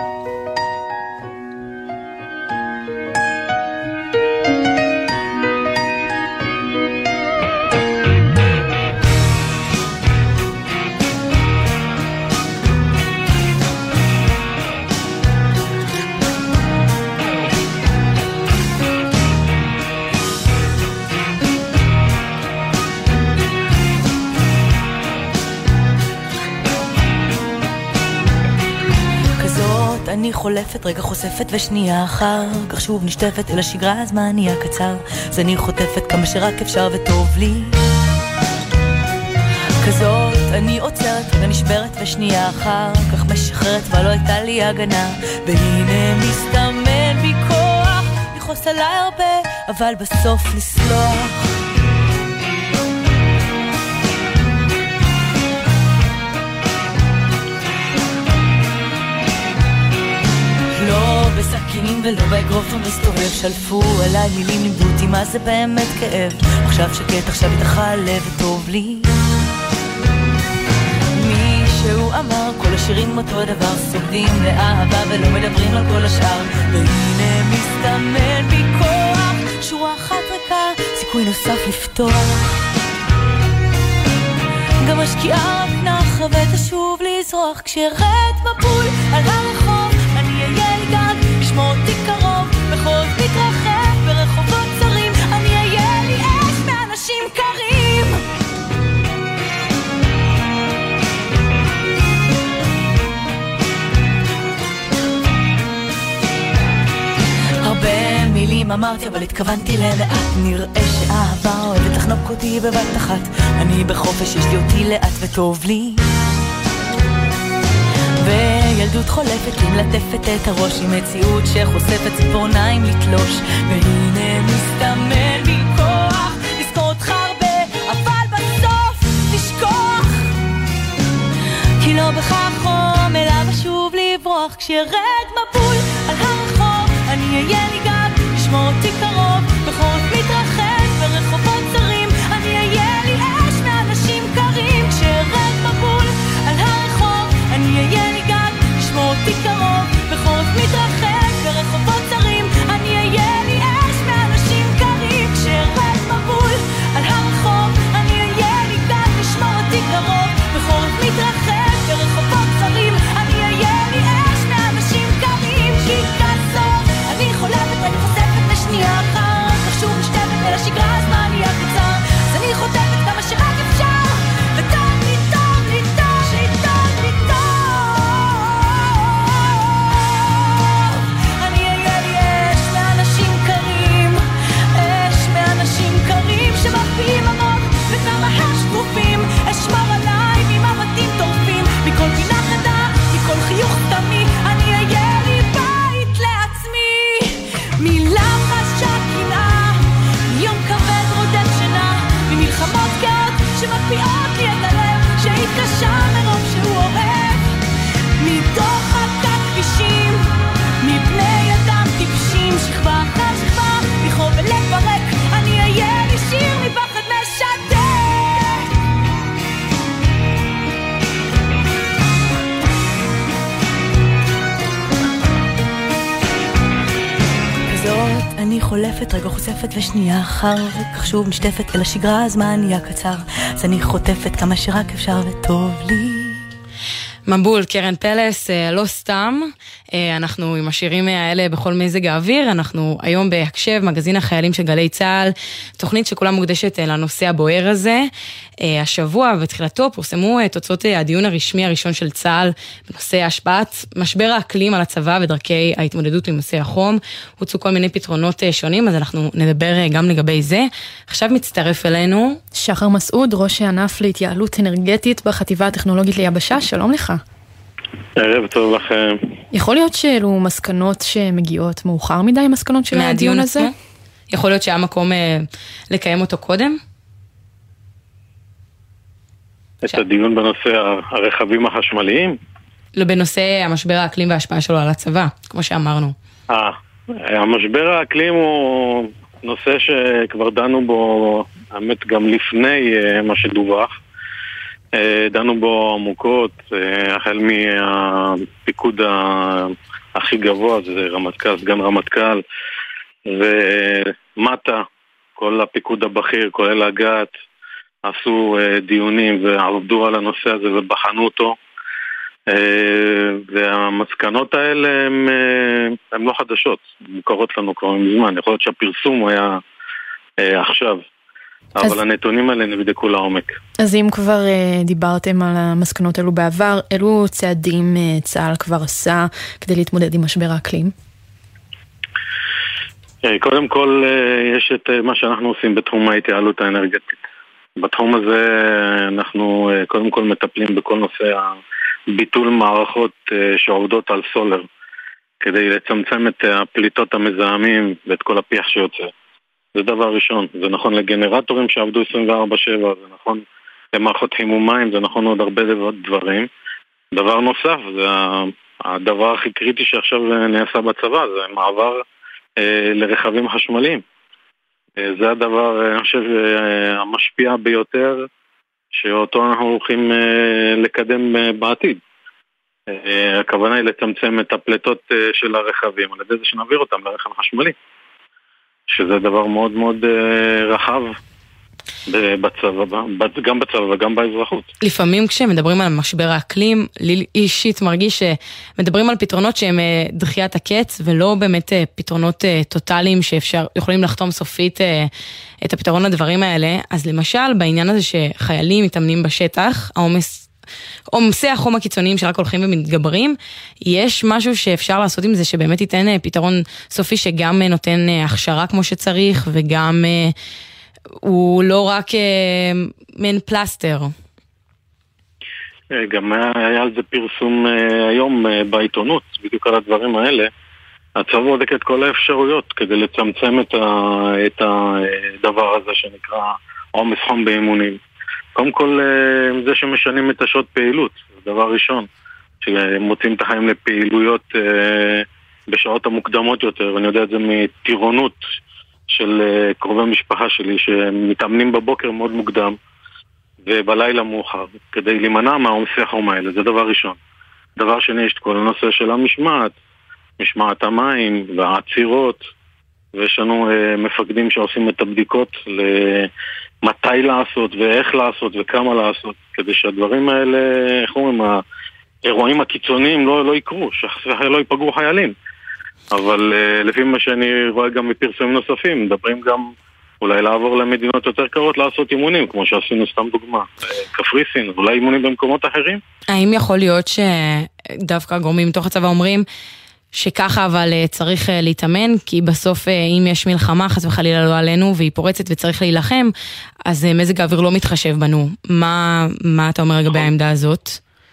אני חולפת, רגע חושפת ושנייה אחר כך שוב נשטפת אל השגרה, הזמן נהיה קצר, אז אני חוטפת כמה שרק אפשר וטוב לי. כזאת אני עוצרת, רגע נשברת ושנייה אחר כך משחררת, ולא הייתה לי הגנה, והנה מסתמן בי כוח לכעוס עליי הרבה, אבל בסוף לסלוח. לא בסכינים ולא באגרוף המסתובב, שלפו עליי מילים, לימדו אותי מה זה באמת כאב. עכשיו שקט, עכשיו איתך הלב וטוב לי. מישהו אמר כל השירים אותו דבר, סוגדים לאהבה ולא מדברים על כל השאר, והנה מסתמן בי כוח, שורה אחת ריקה, סיכוי נוסף לפתוח. גם משקיעה נח ותשוב לזרוח, כשרד מבול על הרחוב, אני אהיה לי גג, לשמור אותי קרוב, בחוב מתרחב ברחובות צרים, אני אהיה לי אש מאנשים קרים. הרבה מילים אמרתי אבל התכוונתי ללאט, נראה שאהבה אוהבת לחנוק אותי בבת אחת, אני בחופש, יש לי אותי לאט וטוב לי. וילדות חולפת לי מלטפת את הראש, עם מציאות שחושפת ציפורניים לתלוש, והנה מסתמן בי כוח לזכור אותך הרבה, אבל בסוף לשכוח, כי לא בכך חום אליו אשוב לברוח, כשירד מבול על הרחוב, אני אהיה לי גג, לשמור אותי קרוב, בחורף מתרחב ברחובות צרים, אני אהיה לי אש מאנשים קרים, כשירד מבול על הרחוב, אני אהיה לי גג, לשמור אותי קרוב, בחורף מתרחב ברחובות צרים, אני אהיה לי אש מאנשים קרים, כשירד מבול על הרחוב, אני אהיה אני חולפת, רגע חושפת ושנייה אחר כך שוב נשטפת אל השגרה, הזמן נהיה קצר, אז אני חוטפת כמה שרק אפשר וטוב לי. מבול, קרן פלס, לא סתם, אנחנו עם השירים האלה בכל מזג האוויר, אנחנו היום בהקשב, מגזין החיילים של גלי צהל, תוכנית שכולה מוקדשת לנושא הבוער הזה. השבוע בתחילתו פורסמו תוצאות הדיון הרשמי הראשון של צהל בנושא השפעת משבר האקלים על הצבא ודרכי ההתמודדות עם נושא החום. הוצאו כל מיני פתרונות שונים, אז אנחנו נדבר גם לגבי זה. עכשיו מצטרף אלינו שחר מסעוד, ראש הענף להתייעלות אנרגטית בחטיבה הטכנולוגית ליבשה, שלום לך. ערב טוב לכם. יכול להיות שאלו מסקנות שמגיעות מאוחר מדי, מסקנות של הדיון הזה? יכול להיות שהיה מקום לקיים אותו קודם? את הדיון בנושא הרכבים החשמליים? לא, בנושא המשבר האקלים וההשפעה שלו על הצבא, כמו שאמרנו. המשבר האקלים הוא נושא שכבר דנו בו, האמת גם לפני מה שדווח. דנו בו עמוקות, החל מהפיקוד הכי גבוה, זה רמטכ"ל, סגן רמטכ"ל, ומטה, כל הפיקוד הבכיר, כולל הגת, עשו דיונים ועבדו על הנושא הזה ובחנו אותו, והמסקנות האלה הן לא חדשות, מוכרות לנו כבר מזמן, יכול להיות שהפרסום היה עכשיו. אבל הנתונים האלה נבדקו לעומק. אז אם כבר דיברתם על המסקנות האלו בעבר, אילו צעדים צה"ל כבר עשה כדי להתמודד עם משבר האקלים? קודם כל יש את מה שאנחנו עושים בתחום ההתייעלות האנרגטית. בתחום הזה אנחנו קודם כל מטפלים בכל נושא ביטול מערכות שעובדות על סולר, כדי לצמצם את הפליטות המזהמים ואת כל הפיח שיוצא. זה דבר ראשון, זה נכון לגנרטורים שעבדו 24/7, זה נכון למערכות חימום מים, זה נכון עוד הרבה דברים. דבר נוסף, זה הדבר הכי קריטי שעכשיו נעשה בצבא, זה מעבר לרכבים חשמליים. זה הדבר, אני חושב, המשפיע ביותר, שאותו אנחנו הולכים לקדם בעתיד. הכוונה היא לצמצם את הפליטות של הרכבים, על ידי זה שנעביר אותם לרכב חשמלי. שזה דבר מאוד מאוד רחב בצבא, גם בצבא וגם באזרחות. לפעמים כשמדברים על משבר האקלים, לי אישית מרגיש שמדברים על פתרונות שהם דחיית הקץ, ולא באמת פתרונות טוטליים שיכולים לחתום סופית את הפתרון לדברים האלה. אז למשל, בעניין הזה שחיילים מתאמנים בשטח, עומסי החום הקיצוניים שרק הולכים ומתגברים, יש משהו שאפשר לעשות עם זה שבאמת ייתן פתרון סופי שגם נותן הכשרה כמו שצריך, וגם הוא לא רק מן פלסטר. גם היה על זה פרסום היום בעיתונות, בדיוק על הדברים האלה. הצבא בודק את כל האפשרויות כדי לצמצם את הדבר הזה שנקרא עומס חום באימונים. קודם כל, זה שמשנים את השעות פעילות, זה דבר ראשון, שמוצאים את החיים לפעילויות בשעות המוקדמות יותר, ואני יודע את זה מטירונות של קרובי משפחה שלי, שמתאמנים בבוקר מאוד מוקדם, ובלילה מאוחר, כדי להימנע מהעומסי החום האלה, זה דבר ראשון. דבר שני, יש את כל הנושא של המשמעת, משמעת המים והעצירות, ויש לנו מפקדים שעושים את הבדיקות מתי לעשות ואיך לעשות וכמה לעשות, כדי שהדברים האלה, איך אומרים, האירועים הקיצוניים לא יקרו, שלא ייפגעו חיילים. אבל לפי מה שאני רואה גם מפרסומים נוספים, מדברים גם אולי לעבור למדינות יותר קרות לעשות אימונים, כמו שעשינו סתם דוגמה, קפריסין, אולי אימונים במקומות אחרים. האם יכול להיות שדווקא גורמים מתוך הצבא אומרים שככה אבל צריך להתאמן, כי בסוף אם יש מלחמה חס וחלילה לא עלינו והיא פורצת וצריך להילחם, אז מזג האוויר לא מתחשב בנו. מה אתה אומר לגבי העמדה הזאת?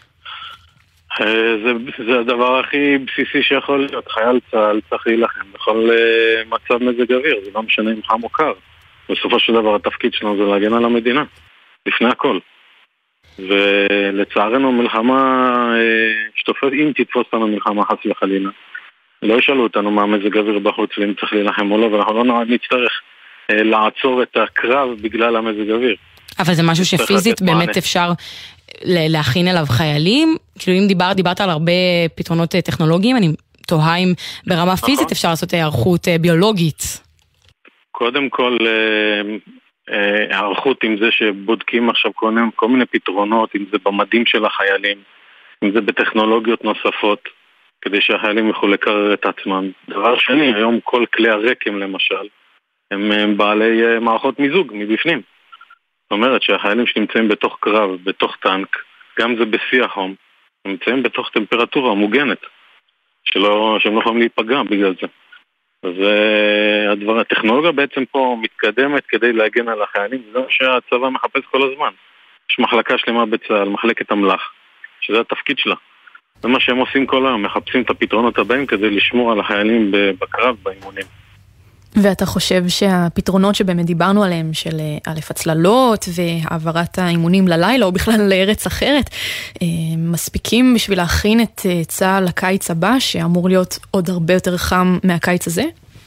זה הדבר הכי בסיסי שיכול להיות. חייל צה"ל צריך להילחם בכל מצב מזג אוויר, זה לא משנה אם חם או קר. בסופו של דבר התפקיד שלנו זה להגן על המדינה, לפני הכל. ולצערנו מלחמה, אם תתפוס לנו מלחמה חס וחלילה, לא ישאלו אותנו מה מזג אוויר בחוץ ואם צריך להילחם או לא, ואנחנו לא נצטרך לעצור את הקרב בגלל המזג אוויר. אבל זה משהו שפיזית באמת אפשר להכין אליו חיילים? כאילו אם דיברת על הרבה פתרונות טכנולוגיים, אני תוהה אם ברמה פיזית אפשר לעשות הערכות ביולוגית. קודם כל, הערכות עם זה שבודקים עכשיו כל מיני פתרונות, אם זה במדים של החיילים, אם זה בטכנולוגיות נוספות, כדי שהחיילים יוכלו לקרר את עצמם. דבר שני, היום כל כלי הרקם למשל, הם בעלי מערכות מיזוג מבפנים. זאת אומרת שהחיילים שנמצאים בתוך קרב, בתוך טנק, גם זה בשיא החום, הם נמצאים בתוך טמפרטורה מוגנת, שהם לא יכולים להיפגע בגלל זה. אז הטכנולוגיה בעצם פה מתקדמת כדי להגן על החיילים, זה מה שהצבא מחפש כל הזמן. יש מחלקה שלמה בצה"ל, מחלקת אמל"ח, שזה התפקיד שלה. זה מה שהם עושים כל היום, מחפשים את הפתרונות הבאים כדי לשמור על החיילים בקרב, באימונים. ואתה חושב שהפתרונות שבאמת דיברנו עליהם, של הצללות והעברת האימונים ללילה, או בכלל לארץ אחרת, מספיקים בשביל להכין את צה"ל לקיץ הבא, שאמור להיות עוד הרבה יותר חם מהקיץ הזה?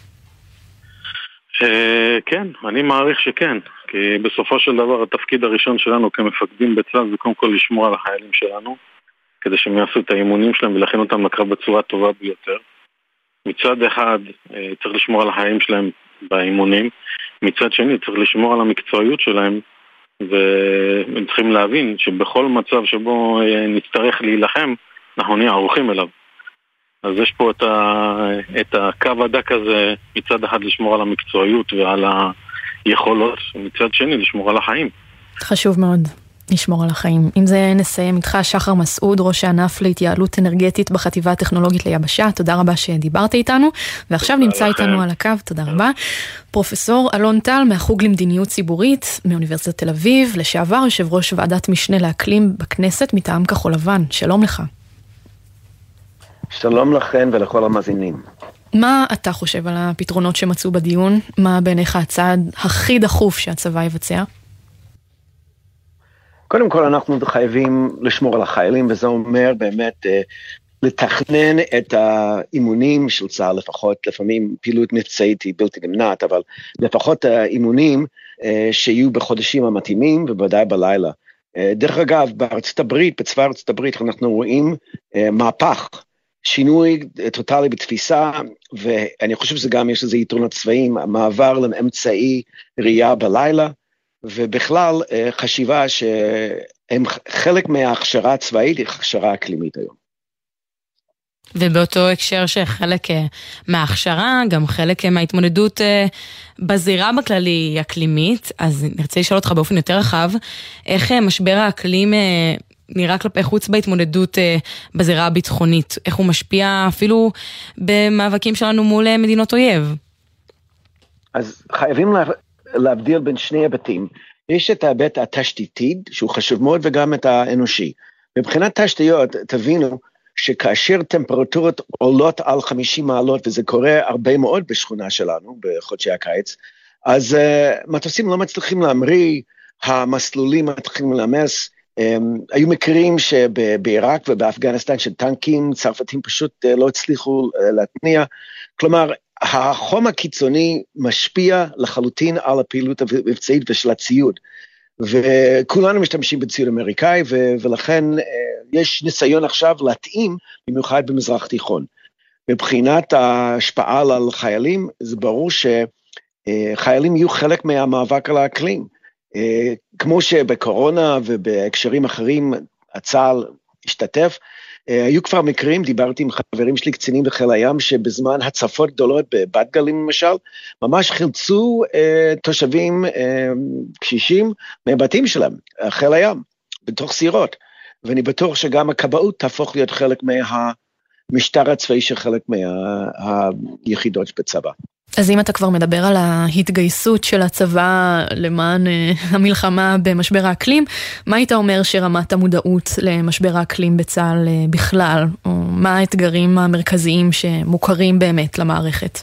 כן, אני מעריך שכן, כי בסופו של דבר התפקיד הראשון שלנו כמפקדים בצה"ל זה קודם כל לשמור על החיילים שלנו, כדי שהם יעשו את האימונים שלהם ולהכין אותם לקרב בצורה טובה ביותר. מצד אחד צריך לשמור על החיים שלהם באימונים, מצד שני צריך לשמור על המקצועיות שלהם, והם צריכים להבין שבכל מצב שבו נצטרך להילחם, אנחנו נהיה ערוכים אליו. אז יש פה את הקו הדק הזה, מצד אחד לשמור על המקצועיות ועל היכולות, מצד שני לשמור על החיים. חשוב מאוד. נשמור על החיים. עם זה נסיים איתך, שחר מסעוד, ראש הענף להתייעלות אנרגטית בחטיבה הטכנולוגית ליבשה. תודה רבה שדיברת איתנו, ועכשיו נמצא איתנו על הקו, תודה רבה. פרופסור אלון טל מהחוג למדיניות ציבורית מאוניברסיטת תל אביב, לשעבר יושב ראש ועדת משנה לאקלים בכנסת מטעם כחול לבן. שלום לך. שלום לכן ולכל המאזינים. מה אתה חושב על הפתרונות שמצאו בדיון? מה בעיניך הצעד הכי דחוף שהצבא יבצע? קודם כל אנחנו חייבים לשמור על החיילים, וזה אומר באמת לתכנן את האימונים של צה"ל, לפעמים פעילות מבצעית היא בלתי נמנעת, אבל לפחות האימונים שיהיו בחודשים המתאימים, ובוודאי בלילה. דרך אגב, בארצות הברית, בצבא ארצות הברית, אנחנו רואים מהפך, שינוי טוטלי בתפיסה, ואני חושב שזה גם יש לזה יתרונות צבאיים, המעבר לאמצעי ראייה בלילה, ובכלל חשיבה שהם חלק מההכשרה הצבאית, היא הכשרה אקלימית היום. ובאותו הקשר שחלק מההכשרה, גם חלק מההתמודדות בזירה בכללי אקלימית, אז נרצה לשאול אותך באופן יותר רחב, איך משבר האקלים נראה כלפי חוץ בהתמודדות בזירה הביטחונית, איך הוא משפיע אפילו במאבקים שלנו מול מדינות אויב? אז חייבים להבדיל בין שני היבטים. יש את ההיבט התשתיתי, שהוא חשוב מאוד, וגם את האנושי. מבחינת תשתיות, תבינו שכאשר טמפרטורות עולות על 50 מעלות, וזה קורה הרבה מאוד בשכונה שלנו, בחודשי הקיץ, אז מטוסים לא מצליחים להמריא, המסלולים מתחילים למס, היו מקרים שבעיראק ובאפגניסטן של טנקים, צרפתים פשוט לא הצליחו להתניע, כלומר, החום הקיצוני משפיע לחלוטין על הפעילות המבצעית ושל הציוד, וכולנו משתמשים בציוד אמריקאי, ולכן יש ניסיון עכשיו להתאים, במיוחד במזרח תיכון. מבחינת ההשפעה על חיילים, זה ברור שחיילים יהיו חלק מהמאבק על האקלים, כמו שבקורונה ובהקשרים אחרים הצה"ל השתתף, היו כבר מקרים, דיברתי עם חברים שלי קצינים בחיל הים, שבזמן הצפות גדולות בבת גלים למשל, ממש חילצו תושבים קשישים מהבתים שלהם, חיל הים, בתוך סירות, ואני בטוח שגם הכבאות תהפוך להיות חלק מהמשטר הצבאי של חלק מהיחידות בצבא. אז אם אתה כבר מדבר על ההתגייסות של הצבא למען המלחמה במשבר האקלים, מה היית אומר שרמת המודעות למשבר האקלים בצה"ל בכלל, או מה האתגרים המרכזיים שמוכרים באמת למערכת?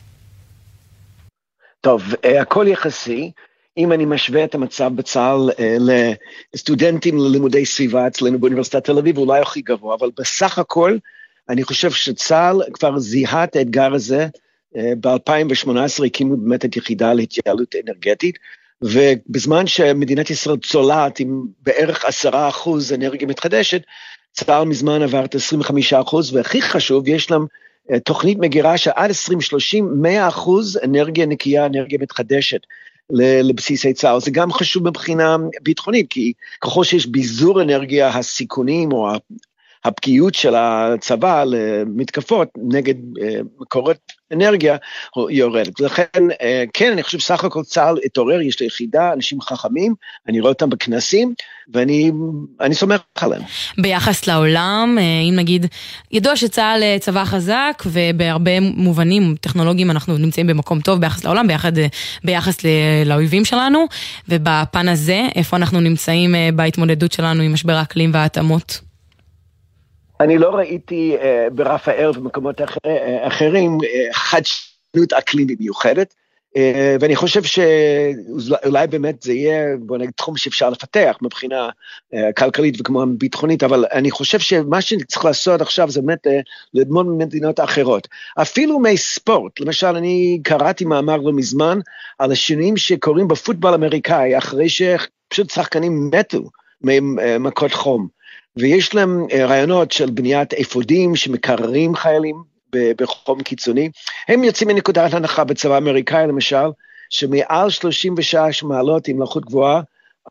טוב, הכל יחסי. אם אני משווה את המצב בצה"ל לסטודנטים ללימודי סביבה אצלנו באוניברסיטת תל אביב, אולי הכי גבוה, אבל בסך הכל אני חושב שצה"ל כבר זיהה את האתגר הזה, ב-2018 הקימו באמת את יחידה להתייעלות אנרגטית, ובזמן שמדינת ישראל צולעת עם בערך 10% אנרגיה מתחדשת, צה"ל מזמן עבר את 25%, והכי חשוב, יש להם תוכנית מגירה שעד 2030 100% אנרגיה נקייה, אנרגיה מתחדשת לבסיסי צה"ל. זה גם חשוב מבחינה ביטחונית, כי ככל שיש ביזור אנרגיה, הסיכונים או הפגיעות של הצבא למתקפות נגד מקורות אנרגיה יורדת. לכן, כן, אני חושב סך הכל צה"ל התעורר, יש לי יחידה, אנשים חכמים, אני רואה אותם בכנסים, ואני סומך עליהם. ביחס לעולם, אם נגיד, ידוע שצה"ל צבא חזק, ובהרבה מובנים טכנולוגיים אנחנו נמצאים במקום טוב ביחס לעולם, ביחס לאויבים שלנו, ובפן הזה, איפה אנחנו נמצאים בהתמודדות שלנו עם משבר האקלים וההתאמות? אני לא ראיתי ברפאל ומקומות אחרים חדשנות אקלימית מיוחדת, ואני חושב שאולי באמת זה יהיה, בוא נגיד, תחום שאפשר לפתח מבחינה כלכלית וכמו ביטחונית, אבל אני חושב שמה שצריך לעשות עכשיו זה באמת ללמוד ממדינות אחרות. אפילו מספורט, למשל אני קראתי מאמר לא מזמן על השינויים שקורים בפוטבול אמריקאי, אחרי שפשוט שחקנים מתו ממכות חום. ויש להם רעיונות של בניית אפודים שמקררים חיילים בחום קיצוני. הם יוצאים מנקודת הנחה בצבא האמריקאי למשל, שמעל 36 מעלות עם לחות גבוהה,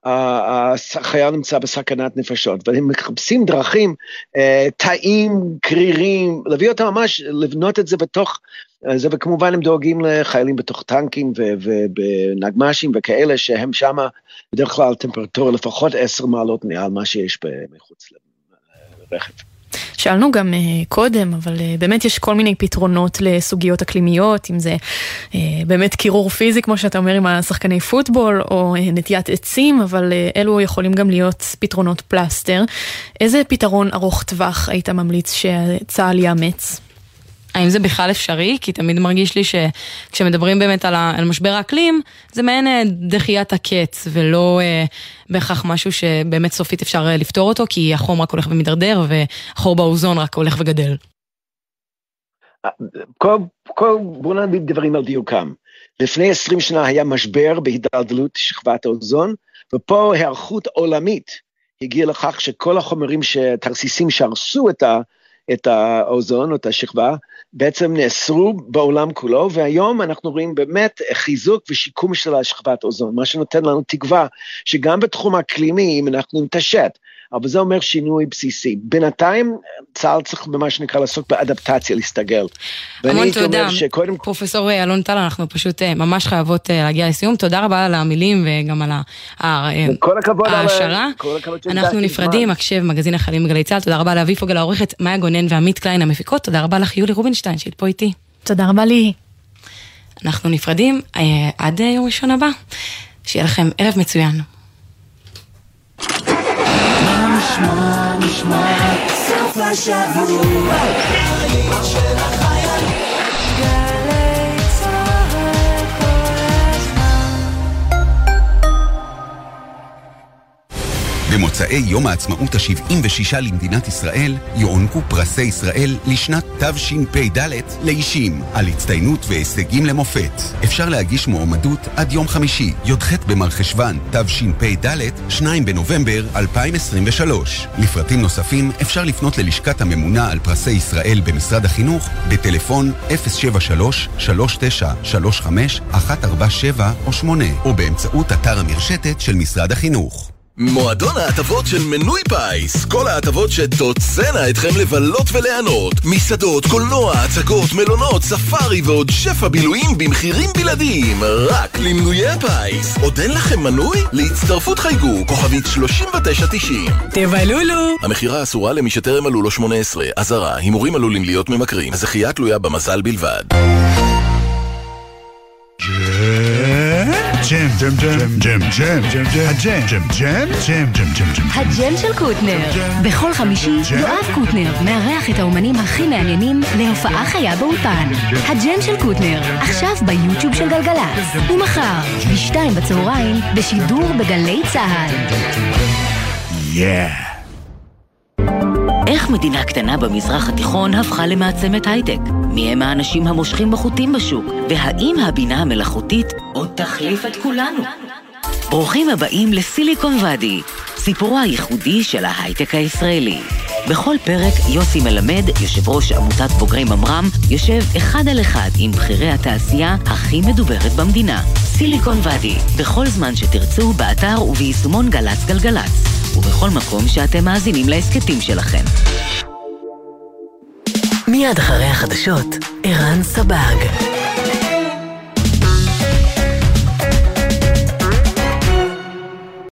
החייל נמצא בסכנת נפשות, והם מחפשים דרכים, תאים, קרירים, להביא אותם ממש, לבנות את זה בתוך זה, וכמובן הם דואגים לחיילים בתוך טנקים ובנגמשים וכאלה, שהם שם בדרך כלל טמפרטורה לפחות 10 מעלות מעל מה שיש מחוץ לרכב. שאלנו גם קודם, אבל באמת יש כל מיני פתרונות לסוגיות אקלימיות, אם זה באמת קירור פיזי, כמו שאתה אומר, עם השחקני פוטבול, או נטיית עצים, אבל אלו יכולים גם להיות פתרונות פלסטר. איזה פתרון ארוך טווח היית ממליץ שצה"ל יאמץ? האם זה בכלל אפשרי? כי תמיד מרגיש לי שכשמדברים באמת על משבר האקלים, זה מעין דחיית הקץ, ולא בהכרח משהו שבאמת סופית אפשר לפתור אותו, כי החום רק הולך ומתדרדר, והחור באוזון רק הולך וגדל. בואו נגיד דברים על דיוקם. לפני 20 שנה היה משבר בהידלדלות שכבת האוזון, ופה הערכות עולמית הגיעה לכך שכל החומרים תרסיסים שהרסו את האוזון או את השכבה, בעצם נאסרו בעולם כולו, והיום אנחנו רואים באמת חיזוק ושיקום של השכבת האוזון, מה שנותן לנו תקווה, שגם בתחום האקלימי, אם אנחנו נתעשת, אבל זה אומר שינוי בסיסי. בינתיים, צה"ל צריך במה שנקרא לעסוק באדפטציה, להסתגל. המון תודה, פרופסור אלון טל, אנחנו פשוט ממש חייבות להגיע לסיום, תודה רבה על המילים וגם על ההעשרה. אנחנו נפרדים, הקשב, מגזין החיילים בגלי צה"ל, תודה רבה לאבי פוגל העורכת, מאיה גונן ועמית קליין המפיקות, תודה רבה לך יולי רובינשטיין שהיית פה איתי. תודה רבה לי. אנחנו נפרדים עד יום ראשון הבא, שיהיה לכם ערב מצוין. נשמע סוף השבוע הרדיו של החיילים גלי צהל כל הזמן. במוצאי יום העצמאות ה-76 למדינת ישראל יוענקו פרסי ישראל לשנת תשפ"ד לאישים על הצטיינות והישגים למופת. אפשר להגיש מועמדות עד יום חמישי, י"ח במרחשוון תשפ"ד, 2 בנובמבר 2023. לפרטים נוספים אפשר לפנות ללשכת הממונה על פרסי ישראל במשרד החינוך בטלפון 073-3935-147 או 8 או באמצעות אתר המרשתת של משרד החינוך. מועדון ההטבות של מנוי פייס, כל ההטבות שתוצאנה אתכם לבלות וליהנות, מסעדות, קולנוע, הצגות, מלונות, ספארי ועוד שפע בילויים במחירים בלעדיים, רק למנויי הפייס. עוד אין לכם מנוי? להצטרפות חייגו, כוכבית 3990. תבלולו. המחירה אסורה למי שטרם מלאו לו 18, אזהרה, הימורים עלולים להיות ממכרים, הזכייה תלויה במזל בלבד. ג'ם, ג'ם, ג'ם, ג'ם, ג'ם, ג'ם, הג'ם, ג'ם, ג'ם, ג'ם, ג'ם, ג'ם, ג'ם. הג'ם של קוטנר. בכל חמישי יואב קוטנר מארח את האומנים הכי מעניינים להופעה חיה באולפן. הג'ם של קוטנר, עכשיו ביוטיוב של גלגלצ. ומחר, ב-2 בצהריים, בשידור בגלי צהל. איך מדינה קטנה במזרח התיכון הפכה למעצמת הייטק? מי הם האנשים המושכים בחוטים בשוק? והאם הבינה המלאכותית עוד תחליף את כולנו? ברוכים הבאים לסיליקון ואדי, סיפורו הייחודי של ההייטק הישראלי. בכל פרק יוסי מלמד, יושב ראש עמותת בוגרי ממר"ם, יושב אחד על אחד עם בחירי התעשייה הכי מדוברת במדינה. סיליקון ואדי, בכל זמן שתרצו, באתר וביישומון גלץ גלגלץ, ובכל מקום שאתם מאזינים להסקטים שלכם. מיד אחרי החדשות, ערן סבג.